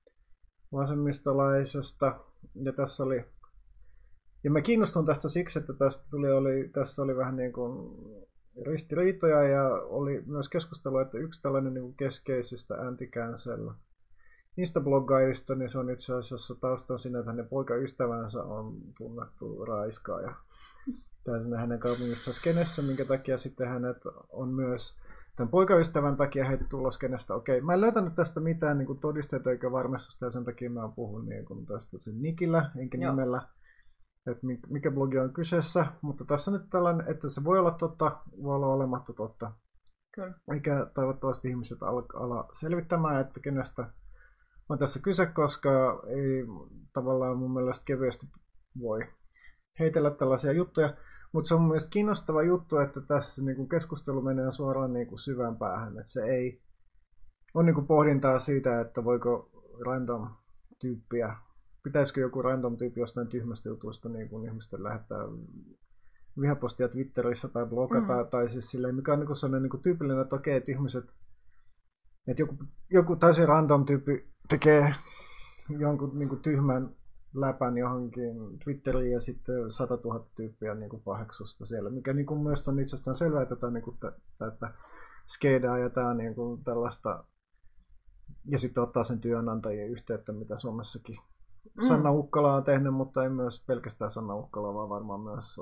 vasemmistolaisesta. Ja tässä oli, ja mä kiinnostun tästä siksi, että tässä oli vähän niin kuin ristiriitoja ja oli myös keskustelua, että yksi tällainen niin kuin keskeisistä anti-cancel Insta-bloggaajista, niin se on itse asiassa taustan siinä, että hänen poikaystävänsä on tunnettu raiskaaja hänen kaupungissa skenessä, minkä takia sitten hänet on myös tämän poikaystävän takia heitetty ulos skenestä. Okei, mä en löytänyt tästä mitään niin kuin todisteita eikä varmistusta, ja sen takia mä puhun niin kuin tästä sen nikillä, enkä nimellä, että mikä blogi on kyseessä, mutta tässä on nyt tällainen, että se voi olla totta, voi olla olematta totta. Kyllä. Eikä toivottavasti ihmiset ala selvittämään, että kenestä on tässä kyse, koska ei tavallaan mun mielestä kevyesti voi heitellä tällaisia juttuja. Mutta se on mun mielestä kiinnostava juttu, että tässä niinku keskustelu menee suoraan niinku syvään päähän. Että se ei ole niinku pohdintaa siitä, että voiko random tyyppiä, pitäisikö joku random tyyppi jostain tyhmästä jutusta niinku ihmisten lähettää vihapostia Twitterissä tai blogata, tai siis silleen, mikä on niinku sellainen niinku tyypillinen, että okei, että ihmiset, että joku täysin random tyyppi tekee jonkun niinku tyhmän läpän johonkin Twitteriin ja sitten 100 000 tyyppiä niin kuin paheksusta siellä, mikä niin kuin myös on itsestään selvää, että tämä on niin kuin tätä skedaa ja tämä on niin kuin tällaista, ja sitten ottaa sen työnantajien yhteyttä, mitä Suomessakin Sanna Ukkala on tehnyt, mutta ei myös pelkästään Sanna Ukkala, vaan varmaan myös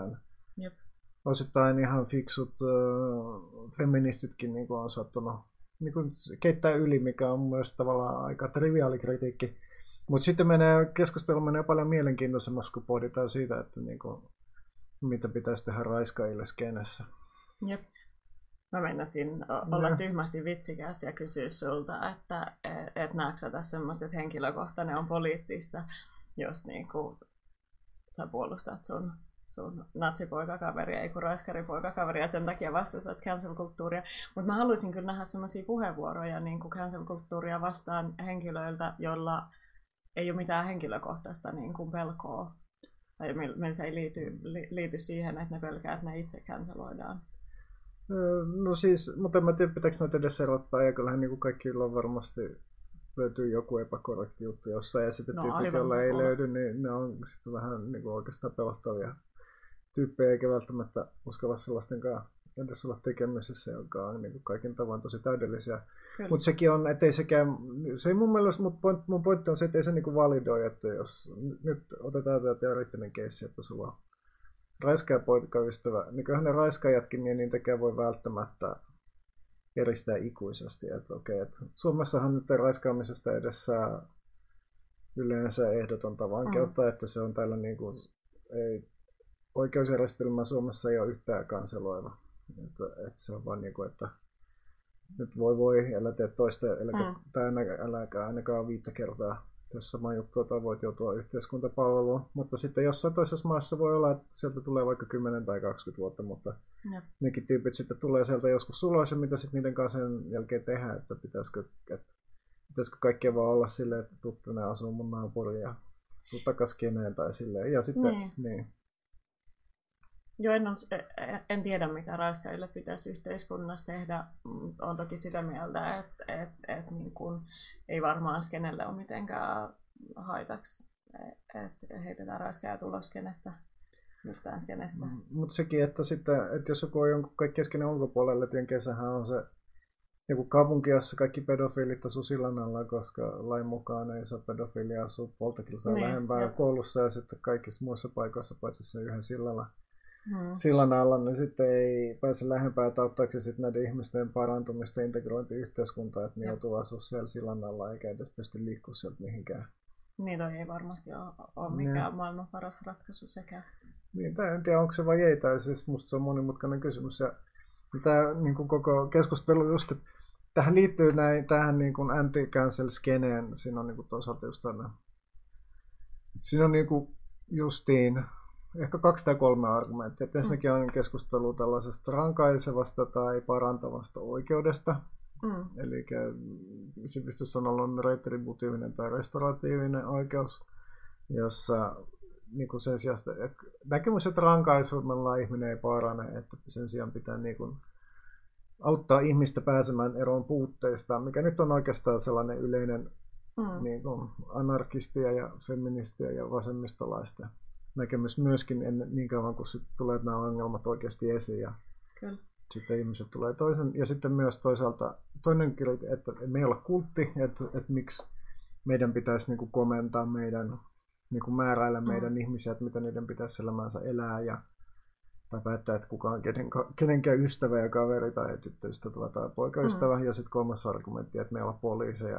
osittain ihan fiksut feministitkin niin kuin on saattanut niin kuin keittää yli, mikä on myös tavallaan aika triviaali kritiikki. Mutta sitten keskustelu menee paljon mielenkiintoisemmaksi, kun pohditaan siitä, että niinku, mitä pitäisi tehdä raiskaajille skenessä. Jep. Mä meinasin olla tyhmästi vitsikäs ja kysyä sulta, että näetkö sä tässä semmoista, että henkilökohtainen on poliittista, jos niinku, sä puolustat sun natsipoikakaveria, ei kun raiskaripoikakaveria, ja sen takia vastustat cancel-kulttuuria. Mutta mä haluaisin kyllä nähdä semmoisia puheenvuoroja niin cancel-kulttuuria vastaan henkilöiltä, joilla ei ole mitään henkilökohtaista niin kuin pelkoa Tai meillä se ei liity siihen, että ne pelkää, että ne itse canceloidaan. No siis, mutta en mä tiedä, pitääkö näitä edes erottaa, ja kyllähän niin kuin kaikilla on varmasti löytyy joku epäkorrekti juttu jossain, ja sitten tyypit, joilla ei löydy, niin ne on sitten vähän niin kuin oikeastaan pelottavia tyyppejä, eikä välttämättä uskalla sellaisten kanssa edes olla tekemisissä, joka on niin kuin kaikin tavoin tosi täydellisiä. Mutta sekin on, ettei sekään, se ei mun mielestä, mun pointti on se, että ei se niin kuin validoi, että jos nyt otetaan tämä teoreettinen keissi, että sulla on raiskaajapoikaystävä, niin kyllähän ne raiskaajatkin niin niitäkään voi välttämättä eristää ikuisesti. Että okei, että Suomessahan nyt raiskaamisesta edessä yleensä ehdotonta vankeutta, että se on täällä niin kuin, ei, oikeusjärjestelmä Suomessa ei ole yhtään kanseloiva. Että se on vaan niin kuin, että nyt voi, älä tee toista, äläkään ainakaan 5 kertaa. Jos sama juttu, tai voit joutua yhteiskuntapalveluun. Mutta sitten jossain toisessa maassa voi olla, että sieltä tulee vaikka 10 tai 20 vuotta, mutta nekin tyypit sitten tulee sieltä joskus ulos, ja mitä sitten niiden kanssa sen jälkeen tehdään, että pitäisikö kaikkea vaan olla silleen, että tuu tänne asuu mun naapuriin ja tuu takas keneen tai silleen. Ja sitten, niin. Joo, en tiedä, mitä raiskaajille pitäisi yhteiskunnassa tehdä. Olen toki sitä mieltä, että niin kun ei varmaan skenelle ole mitenkään haitaksi, että heitetään raiskaajat ulos mistään skenestä. Mutta sekin, että jos joku on jonkun kaikkien skenen ulkopuolelle, niin kesähän on se joku kaupunki, jossa kaikki pedofiilit asuu sillan alla, koska lain mukaan ei saa pedofiilia asua poltakilsaa lähempää koulussa ja sitten kaikissa muissa paikoissa, paitsi sen yhden sillan alla, niin sitten ei pääse lähempää, että auttaako se sitten näiden ihmisten parantumista ja integrointi yhteiskuntaan, että ne joutuu asua siellä sillan alla eikä edes pysty liikkumaan sieltä mihinkään. Niin, toi ei varmasti ole mikään maailman paras ratkaisu sekään. Niin, en tiedä, onko se vai ei, tai siis musta se on monimutkainen kysymys. Ja tämä niin kuin koko keskustelu just, että tähän liittyy tähän niin kuin anti-cancel-skeneen, siinä on niin kuin toisaalta just aina, siinä on niin kuin justiin ehkä 2 tai 3 argumenttia. Ensinnäkin on keskustelu tällaisesta rankaisevasta tai parantavasta oikeudesta. Eli sivistyssanalla on retributiivinen tai restauratiivinen oikeus, jossa niin kuin sen sijaan, että näkemys, että rankaisumalla ihminen ei parane, että sen sijaan pitää niin kuin auttaa ihmistä pääsemään eroon puutteista, mikä nyt on oikeastaan sellainen yleinen niin kuin anarkistia ja feministiä ja vasemmistolaista näkemys myöskin niin kauan, kun tulee nämä ongelmat oikeasti esiin. Ja sitten ihmiset tulee toisen. Ja sitten myös toisaalta toinen kirjoitus, että me ei olla kultti, että miksi meidän pitäisi niin kuin komentaa meidän, niin kuin määräillä meidän ihmisiä, että mitä niiden pitäisi elämänsä elää tai päättää, että kuka on kenenkään ystävä ja kaveri tai tyttöystävä tai poikaystävä. Ja sitten 3. argumentti, että me ei olla poliiseja,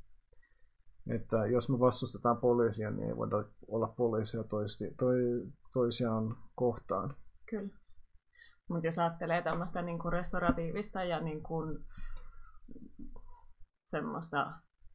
että jos me vastustetaan poliisia, niin ei voida olla poliisia toisiaan kohtaan. Kyllä. Mutta jos ajattelee tämmöistä niinku restauratiivista ja niinku semmoista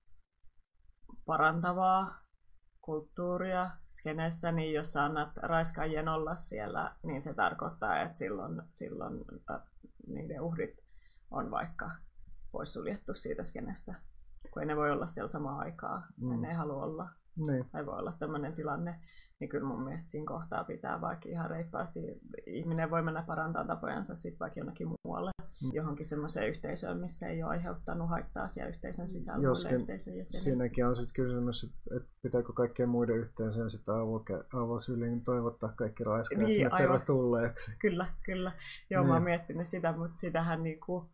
parantavaa kulttuuria skenessä, niin jos sä annat raiskaajien olla siellä, niin se tarkoittaa, että silloin niiden uhrit on vaikka poissuljettu siitä skenestä. Kun ei ne voi olla siellä samaan aikaan, ne ei halua olla, tai voi olla tämmöinen tilanne, niin kyllä mun mielestä siinä kohtaa pitää vaikka ihan reippaasti, ihminen voi mennä parantamaan tapojansa sitten vaikka jonnekin muualle, johonkin semmoiseen yhteisöön, missä ei ole aiheuttanut haittaa siellä yhteisön sisällä muille yhteisön jäsenille. Siinäkin on sitten kysymys, että pitääkö kaikkien muiden yhteisöjen sitten avosyliin toivottaa kaikki raiskaajat sinne tervetulleeksi. Kyllä. Joo, mä oon miettinyt sitä, mutta sitähän niinku,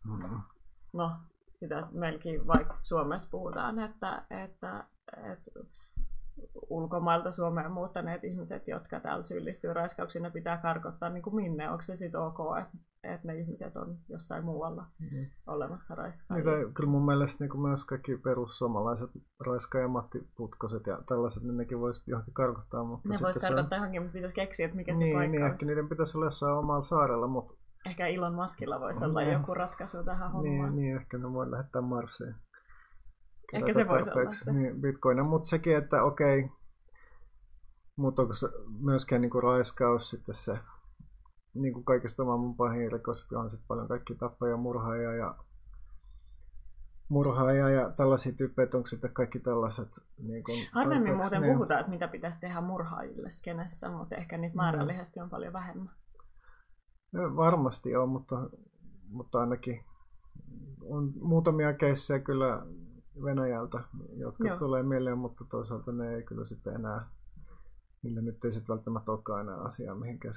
sitä melkein vaikka Suomessa puhutaan, että ulkomailta Suomeen muuttaneet ihmiset, jotka täällä syyllistyy raiskauksiin, ne pitää karkottaa niin kuin minne. Onko se sitten ok, että ne ihmiset on jossain muualla olemassa raiskaajia? Kyllä mun mielestä niin myös kaikki perussuomalaiset raiskaaja Matti Putkoset ja tällaiset, niin nekin voisivat johonkin karkottaa. Mutta ne voisi karkottaa johonkin, mutta pitäisi keksiä, että mikä se paikka niin, ehkä niiden pitäisi olla jossain omalla saarella, mutta ehkä Elon Muskilla voisi olla joku ratkaisu tähän hommaan. Niin, ehkä ne voi lähettää Marsiin. Ehkä se voisi olla se. Niin, Bitcoina, mutta sekin, että okei, mutta onko se myöskään niin kuin raiskaus sitten se niin kuin kaikista maailman pahin rikos, on sitten paljon kaikki tappaja, murhaajia ja murhaajia ja tällaisia tyyppejä, että onko sitten kaikki tällaiset... Niin harvemmin muuten puhutaan, että mitä pitäisi tehdä murhaajille skenessä, mutta ehkä niitä määrällisesti on paljon vähemmän. Varmasti on, mutta ainakin on muutamia keissejä kyllä Venäjältä, jotka tulee mieleen, mutta toisaalta ne ei kyllä sitten enää, niillä nyt ei sitten välttämättä olekaan enää asiaa mihinkään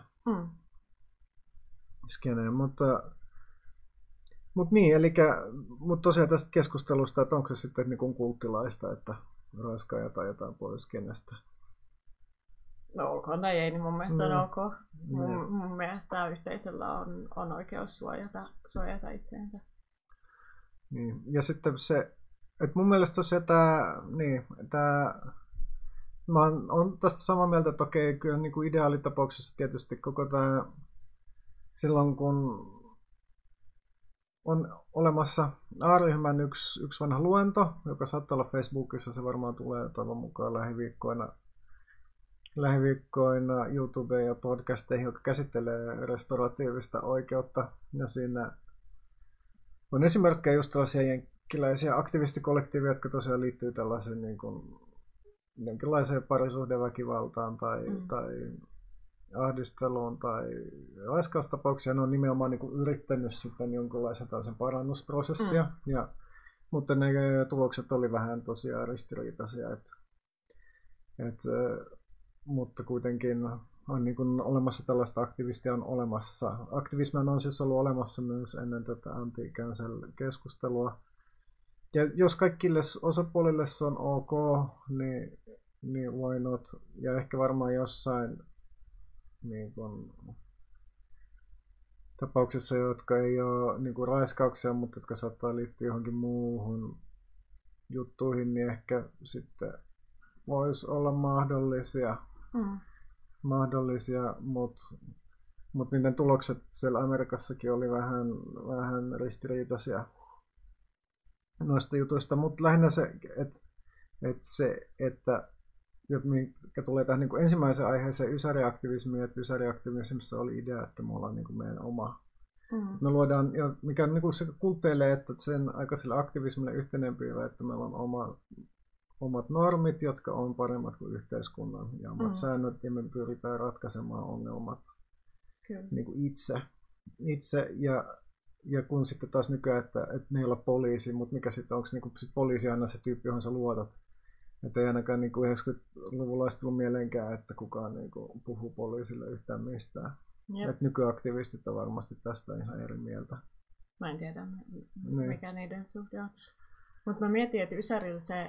skeneen. Mutta niin, mutta tosiaan tästä keskustelusta, että onko se sitten niin kuin kulttilaista, että raiskaajat ajetaan pois skenestä. No olkoon tai ei, niin mun mielestä on ok. Mun mielestä yhteisöllä on oikeus suojata itseensä. Niin. Ja sitten se, että mun mielestä tosiaan mä oon tästä samaa mieltä, että okei, kyllä niin kuin ideaalitapauksessa tietysti koko tämä, silloin kun on olemassa A-ryhmän yksi vanha luento, joka saattaa olla Facebookissa, se varmaan tulee toivon mukaan lähiviikkoina YouTubeen ja podcasteihin, joka käsittelee restauratiivista oikeutta. Ja siinä on esimerkkejä just tällaisia jenkkiläisiä aktivistikollektiivia, jotka tosiaan liittyy tällaiseen niin kuin jonkinlaiseen parisuhdeväkivaltaan tai ahdisteluun tai raiskaustapauksia. Ne on nimenomaan niin kuin yrittänyt sitten jonkinlaisen tällaisen parannusprosessia. Mutta ne tulokset oli vähän tosiaan ristiriitaisia. Mutta kuitenkin on niin kuin olemassa tällaista aktivistia on olemassa. Aktivismia on siis ollut olemassa myös ennen tätä anti-cancel-keskustelua. Ja jos kaikille osapuolille se on ok, niin why not? Ja ehkä varmaan jossain niin kuin tapauksissa, jotka ei ole niin kuin raiskauksia, mutta jotka saattaa liittyä johonkin muuhun juttuihin, niin ehkä sitten voisi olla mahdollisia, mutta niiden tulokset siellä Amerikassakin oli vähän ristiriitaisia noista jutuista, mutta lähinnä se, että mikä tulee tähän niin kuin ensimmäiseen aiheeseen ysäriaktivismiin, että ysäriaktivismissa oli idea, että me ollaan niin kuin meidän oma. Me luodaan, mikä niin kuin se kultteilee, että sen aikaiselle aktivismille yhteinen piirre, että meillä on omat normit, jotka on paremmat kuin yhteiskunnan ja omat säännöt, ja me pyritään ratkaisemaan ongelmat niin kuin itse ja kun sitten taas nykyään, että meillä on poliisi, mutta mikä sitten, onko niin sit poliisi aina se tyyppi, johon sä luotat? Että ei ainakaan niin 90-luvulla olisi tullut mieleenkään, että kukaan niin kuin puhuu poliisille yhtään mistään. Että nykyaktivistit on varmasti tästä ihan eri mieltä. Mä en tiedä, mikä niiden suhde on. Mutta mä mietin, että ysärillä se,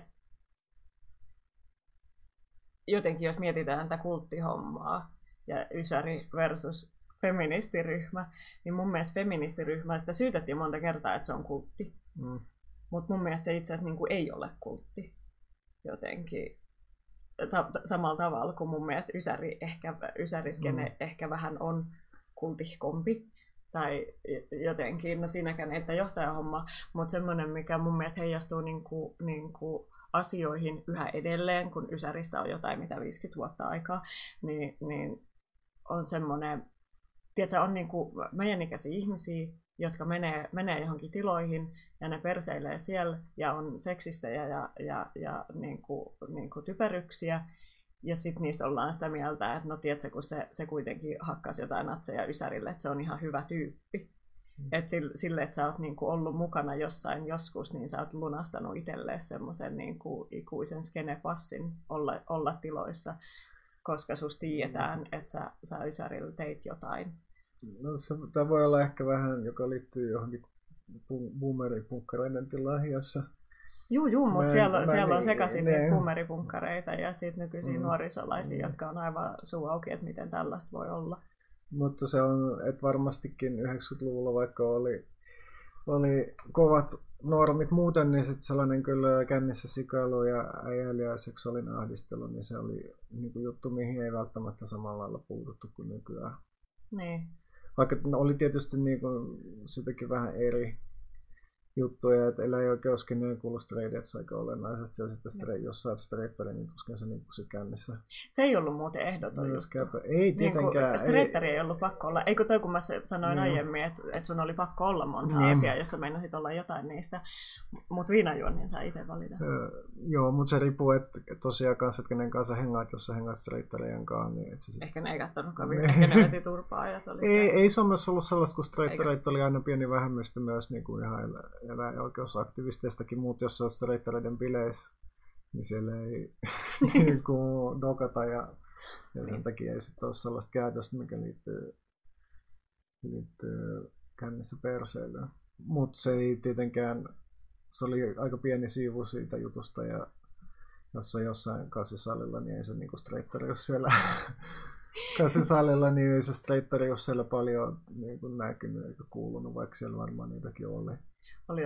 jotenkin jos mietitään tätä kulttihommaa ja ysäri versus feministiryhmä, niin mun mielestä feministiryhmää sitä syytettiin monta kertaa, että se on kultti. Mutta mun mielestä se itse asiassa niin kuin ei ole kultti. Jotenkin samalla tavalla kuin mun mielestä ysäriskene ehkä vähän on kultihkompi. Tai jotenkin, no siinäkään ei, että johtajahomma, mutta semmoinen, mikä mun mielestä heijastuu niinku asioihin yhä edelleen, kun ysäristä on jotain, mitä 50 vuotta aikaa, niin on semmoinen, tiedätkö, on niinku meidän ikäisiä ihmisiä, jotka menee johonkin tiloihin ja ne perseilee siellä ja on seksistejä ja niinku typeryksiä. Ja sitten niistä ollaan sitä mieltä, että no tiedätkö, kun se kuitenkin hakkasi jotain natseja ysärille, että se on ihan hyvä tyyppi. Että sille, että sä oot niinku ollut mukana jossain joskus, niin sä oot lunastanut itselleen semmoisen niinku ikuisen skenepassin olla tiloissa, koska susta tiedetään, että sä ysärillä teit jotain. No, tämä voi olla ehkä vähän, joka liittyy johonkin boomeripunkkareiden tilaan, jossa... Joo, mutta siellä on sekaisin boomeripunkkareita ja sitten nykyisiä nuorisolaisia, jotka on aivan suu auki, että miten tällaista voi olla. Mutta se on, että varmastikin 90-luvulla, vaikka oli kovat normit muuten, niin sitten sellainen kyllä kännissä sikailu ja äijäily ja seksuaalinen ahdistelu, niin se oli niin kuin juttu, mihin ei välttämättä samalla lailla puututtu kuin nykyään. Niin. Vaikka oli tietysti niin kuin sitäkin vähän eri juttuja, että eläinoikeuskin ne kuului straight aika olennaisesti, ja sitten jos sä oot straittari, niin tuskin se niin sit kännissä. Se ei ollut muuten ehdoton juttu. Ei tietenkään. Niin straittari ei ollut pakko olla. Eikö toi, kun mä sanoin aiemmin, että sun oli pakko olla monta asiaa, jos sä meinasit olla jotain niistä. Mutta viinajuonnin saa itse valita. Joo, mutta se riippuu, että tosiaan kanssa, että kenen kanssa hengaat, jos sä hengaat streittelijän kanssa. Niin ehkä ne ei kattonutkaan ehkä ne veti turpaa. Ja se oli ei Suomessa ollut sellaista, kun streittereitä oli aina pieni vähemmistö myös niin kuin ihan eläinoikeusaktivisteistakin, muut jossain streittereiden bileissä, niin siellä ei niin kuin dokata ja sen takia ei sitten ole sellaista käytöstä, mikä liittyy kännissä perseilyyn. Mutta se ei tietenkään, se oli aika pieni siivu siitä jutusta ja jos on jossain kasisalilla, niin ei se niinku streittarius siellä kasisalilla, niin ei se streittarius siellä paljon niinku näkynyt eikä kuulunut, vaikka siellä varmaan niitäkin oli. Oli.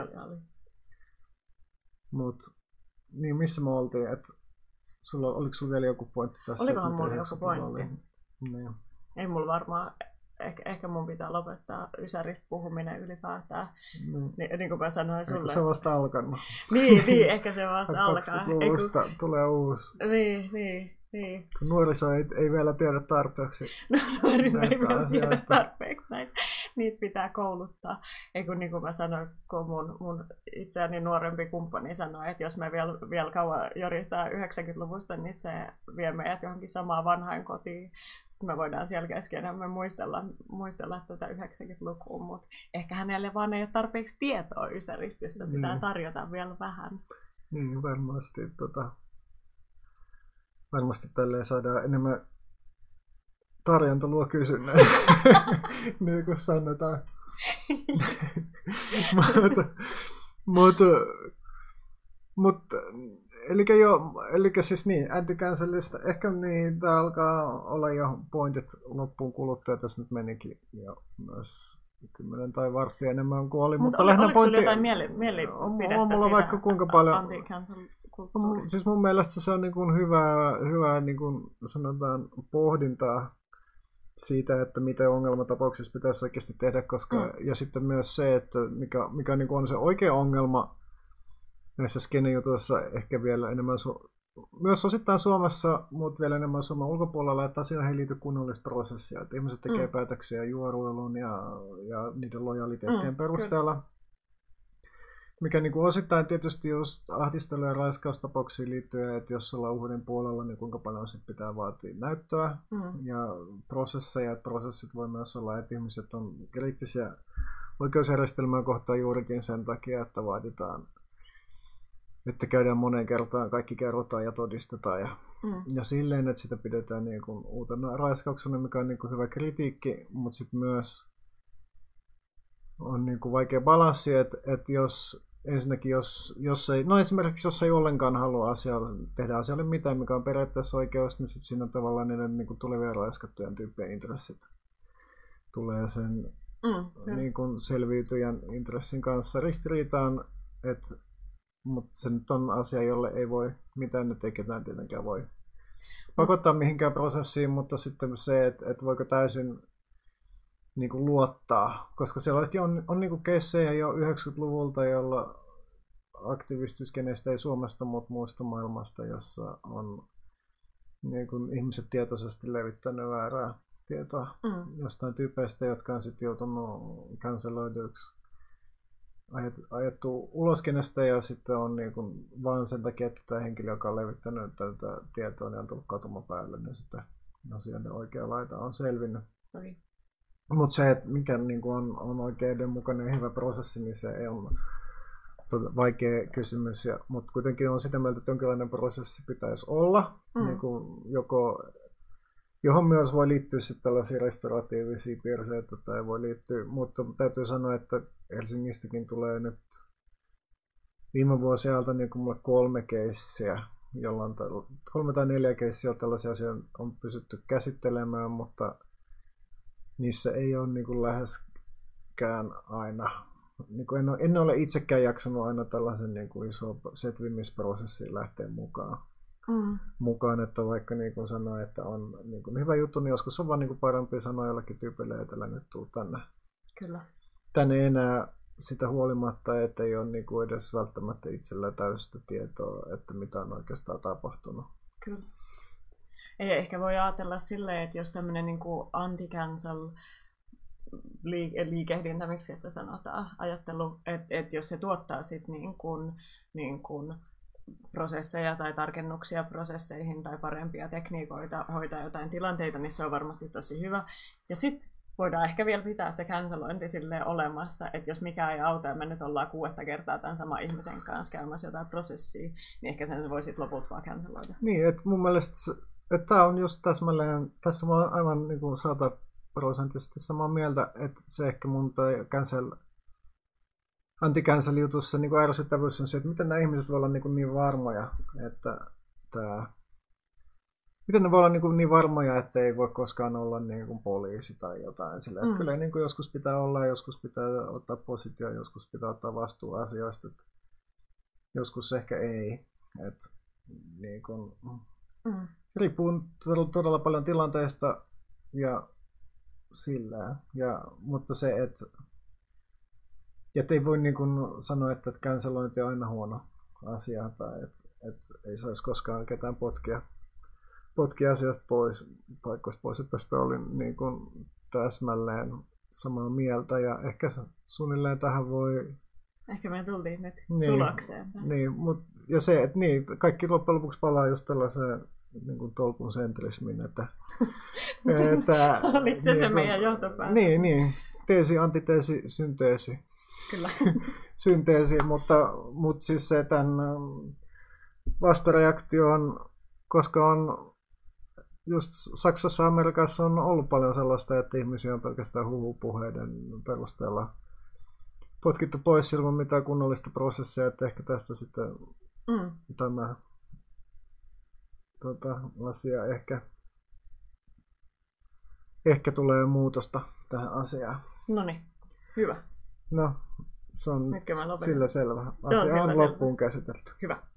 Mut niin missä me oltiin, että oliko sulla vielä joku pointti tässä? Olikohan mulla joku pointti? Niin. Ei mulla varmaan. Ehkä mun pitää lopettaa ysäristä puhuminen ylipäätään. Niin kuin mä sanoin sulle. Se on vasta alkanut. Niin, ehkä se vasta alkaa. 20-luvusta tulee uusi. Niin. Kun nuoriso ei vielä tiedä tarpeeksi nuoriso ei vielä tiedä tarpeeksi niitä pitää kouluttaa. Niin kuin mä sanoin, kun mun itseäni nuorempi kumppani sanoi, että jos me vielä kauan joristaa 90-luvusta, niin se vie meidät johonkin samaan vanhainkotiin. Sitten me voidaan siellä keskenämme muistella tätä 90-lukua, mutta ehkä hänelle vaan ei ole tarpeeksi tietoa ysäristä, sitä pitää tarjota vielä vähän. Niin, varmasti tälleen saadaan enemmän tarjonta luo kysynnän, niin kuin sanotaan. Mutta eli siis niin, anti-cancellista. Ehkä niin, tää alkaa olla jo pointit loppuun kuluttua, tässä nyt menikin jo myös 10 tai varttia enemmän kuin oli. Mutta oliko sulla jotain mielipidettä on mulla vaikka kuinka paljon. Anti-cancel-kulttuurista? Siis mun mielestä se on niin kuin hyvää niin kuin sanotaan pohdintaa siitä, että miten ongelmatapauksissa pitäisi oikeasti tehdä, koska ja sitten myös se, että mikä niin kuin on se oikea ongelma näissä skene-jutuissa ehkä vielä enemmän myös osittain Suomessa, mutta vielä enemmän Suomen ulkopuolella, että asioihin ei liity kunnollista prosessia, että ihmiset tekee päätöksiä juoruilun ja niiden lojaliteettien perusteella. Kyllä. Mikä niin kuin osittain tietysti just ahdistelu- ja raiskaustapauksiin liittyen, että jos ollaan uhrin puolella, niin kuinka paljon sit pitää vaatia näyttöä ja prosesseja. Että prosessit voi myös olla, että ihmiset on kriittisiä oikeusjärjestelmää kohtaan juurikin sen takia, että vaaditaan, että käydään moneen kertaan, kaikki kerrotaan ja todistetaan. Ja silleen, että sitä pidetään niin kuin uutena raiskauksena, mikä on niin kuin hyvä kritiikki, mutta sitten myös on niin kuin vaikea balanssi, että jos ensinnäkin, esimerkiksi jos ei ollenkaan halua tehdä asialle mitään, mikä on periaatteessa oikeus, niin sitten siinä on tavallaan niiden niin kuin tulevien raiskattujen tyyppien intressit tulee sen niin kuin selviytyjän intressin kanssa ristiriitaan, mutta se nyt on asia, jolle ei voi mitään, nyt ei ketään tietenkään voi pakottaa mihinkään prosessiin, mutta sitten se, että voiko täysin niin kuin luottaa, koska sellaisikin on niin kuin keissejä jo 90-luvulta, jolla aktivistiskeneistä ei Suomesta, mutta muista maailmasta, jossa on niin kuin ihmiset tietoisesti levittänyt väärää tietoa jostain tyypeistä, jotka on sitten joutunut canceloiduiksi, ajettu ulos kenestä ja sitten on niin kuin vaan sen takia, että tämä henkilö, joka on levittänyt tätä tietoa, niin on tullut katuma päälle, niin sitten asioiden oikea laita on selvinnyt. Okay. Mutta se, että mikä niin kuin on oikeudenmukainen ja hyvä prosessi, niin se ei ole vaikea kysymys. Mutta kuitenkin on sitä mieltä, että jonkinlainen prosessi pitäisi olla, niin kuin johon myös voi liittyä sitten tällaisia restauratiivisia piirteitä tai voi liittyä. Mutta täytyy sanoa, että Helsingistäkin tulee nyt viime vuosien ajalta niin kuin mulle 3 keissiä, jolloin 3 tai 4 keissiä tällaisia asioita on pysytty käsittelemään, mutta niissä ei ole niin kuin läheskään aina, niin kuin en ole itsekään jaksanut aina tällaisen niin kuin iso setvimisprosessiin lähteä mukaan, että vaikka niin kuin sanoo, että on niin kuin hyvä juttu, niin joskus on vaan niin kuin parempi sanoa jollakin tyypille, että nyt tuu tänne enää sitä huolimatta, että ei ole niin kuin edes välttämättä itsellä täystä tietoa, että mitä on oikeastaan tapahtunut. Kyllä. Ehkä voi ajatella silleen, että jos tämmöinen niin kuin anti-cancel liikehdintä, miksi sitä sanotaan, ajattelu, että jos se tuottaa sitten niin kuin prosesseja tai tarkennuksia prosesseihin tai parempia tekniikoita hoitaa jotain tilanteita, niin se on varmasti tosi hyvä. Ja sitten voidaan ehkä vielä pitää se cancelointi silleen olemassa, että jos mikään ei auta ja me nyt ollaan 6 kertaa tämän saman ihmisen kanssa käymässä jotain prosessia, niin ehkä sen voi sitten loput vaan canceloida. Niin, että mun mielestä että tämä on just täsmälleen, tässä mä oon aivan niin kuin 100% samaa mieltä, että se ehkä mun toi anti-cancel-jutussa niin kuin ärsyttävyys on se, että miten nämä ihmiset voi olla niin varmoja, että miten ne voi olla niin varmoja, että ei voi koskaan olla niin kuin poliisi tai jotain. Sillä, että kyllä niin kuin joskus pitää olla, joskus pitää ottaa positio, joskus pitää ottaa vastuu asioista, että joskus ehkä ei. Että, niin kuin, riippuu todella paljon tilanteesta ja sillä. Mutta se, että ei voi niin kuin sanoa, että cancelointi on aina huono asia tai että ei saisi koskaan ketään potkia asioista paikoista pois. Että tästä olin niin kuin täsmälleen samaa mieltä ja ehkä suunnilleen tähän voi... Ehkä me tultiin nyt tulokseen tässä. Niin, ja se, että kaikki loppujen lopuksi palaa just tällaiseen niin kuin tolkun sentrismin, että oliko se meidän johtopäätös? Niin. Teesi, antiteesi, synteesi. Kyllä. Synteesi, mutta siis se tämän vastareaktio on, koska on just Saksassa ja Amerikassa on ollut paljon sellaista, että ihmisiä on pelkästään huhupuheiden perusteella potkittu pois ilman mitään kunnollista prosessia, että ehkä tästä sitten tämä asia ehkä tulee muutosta tähän asiaan. Noniin, hyvä. No, se on sillä selvä. Asia on loppuun käsitelty. Hyvä.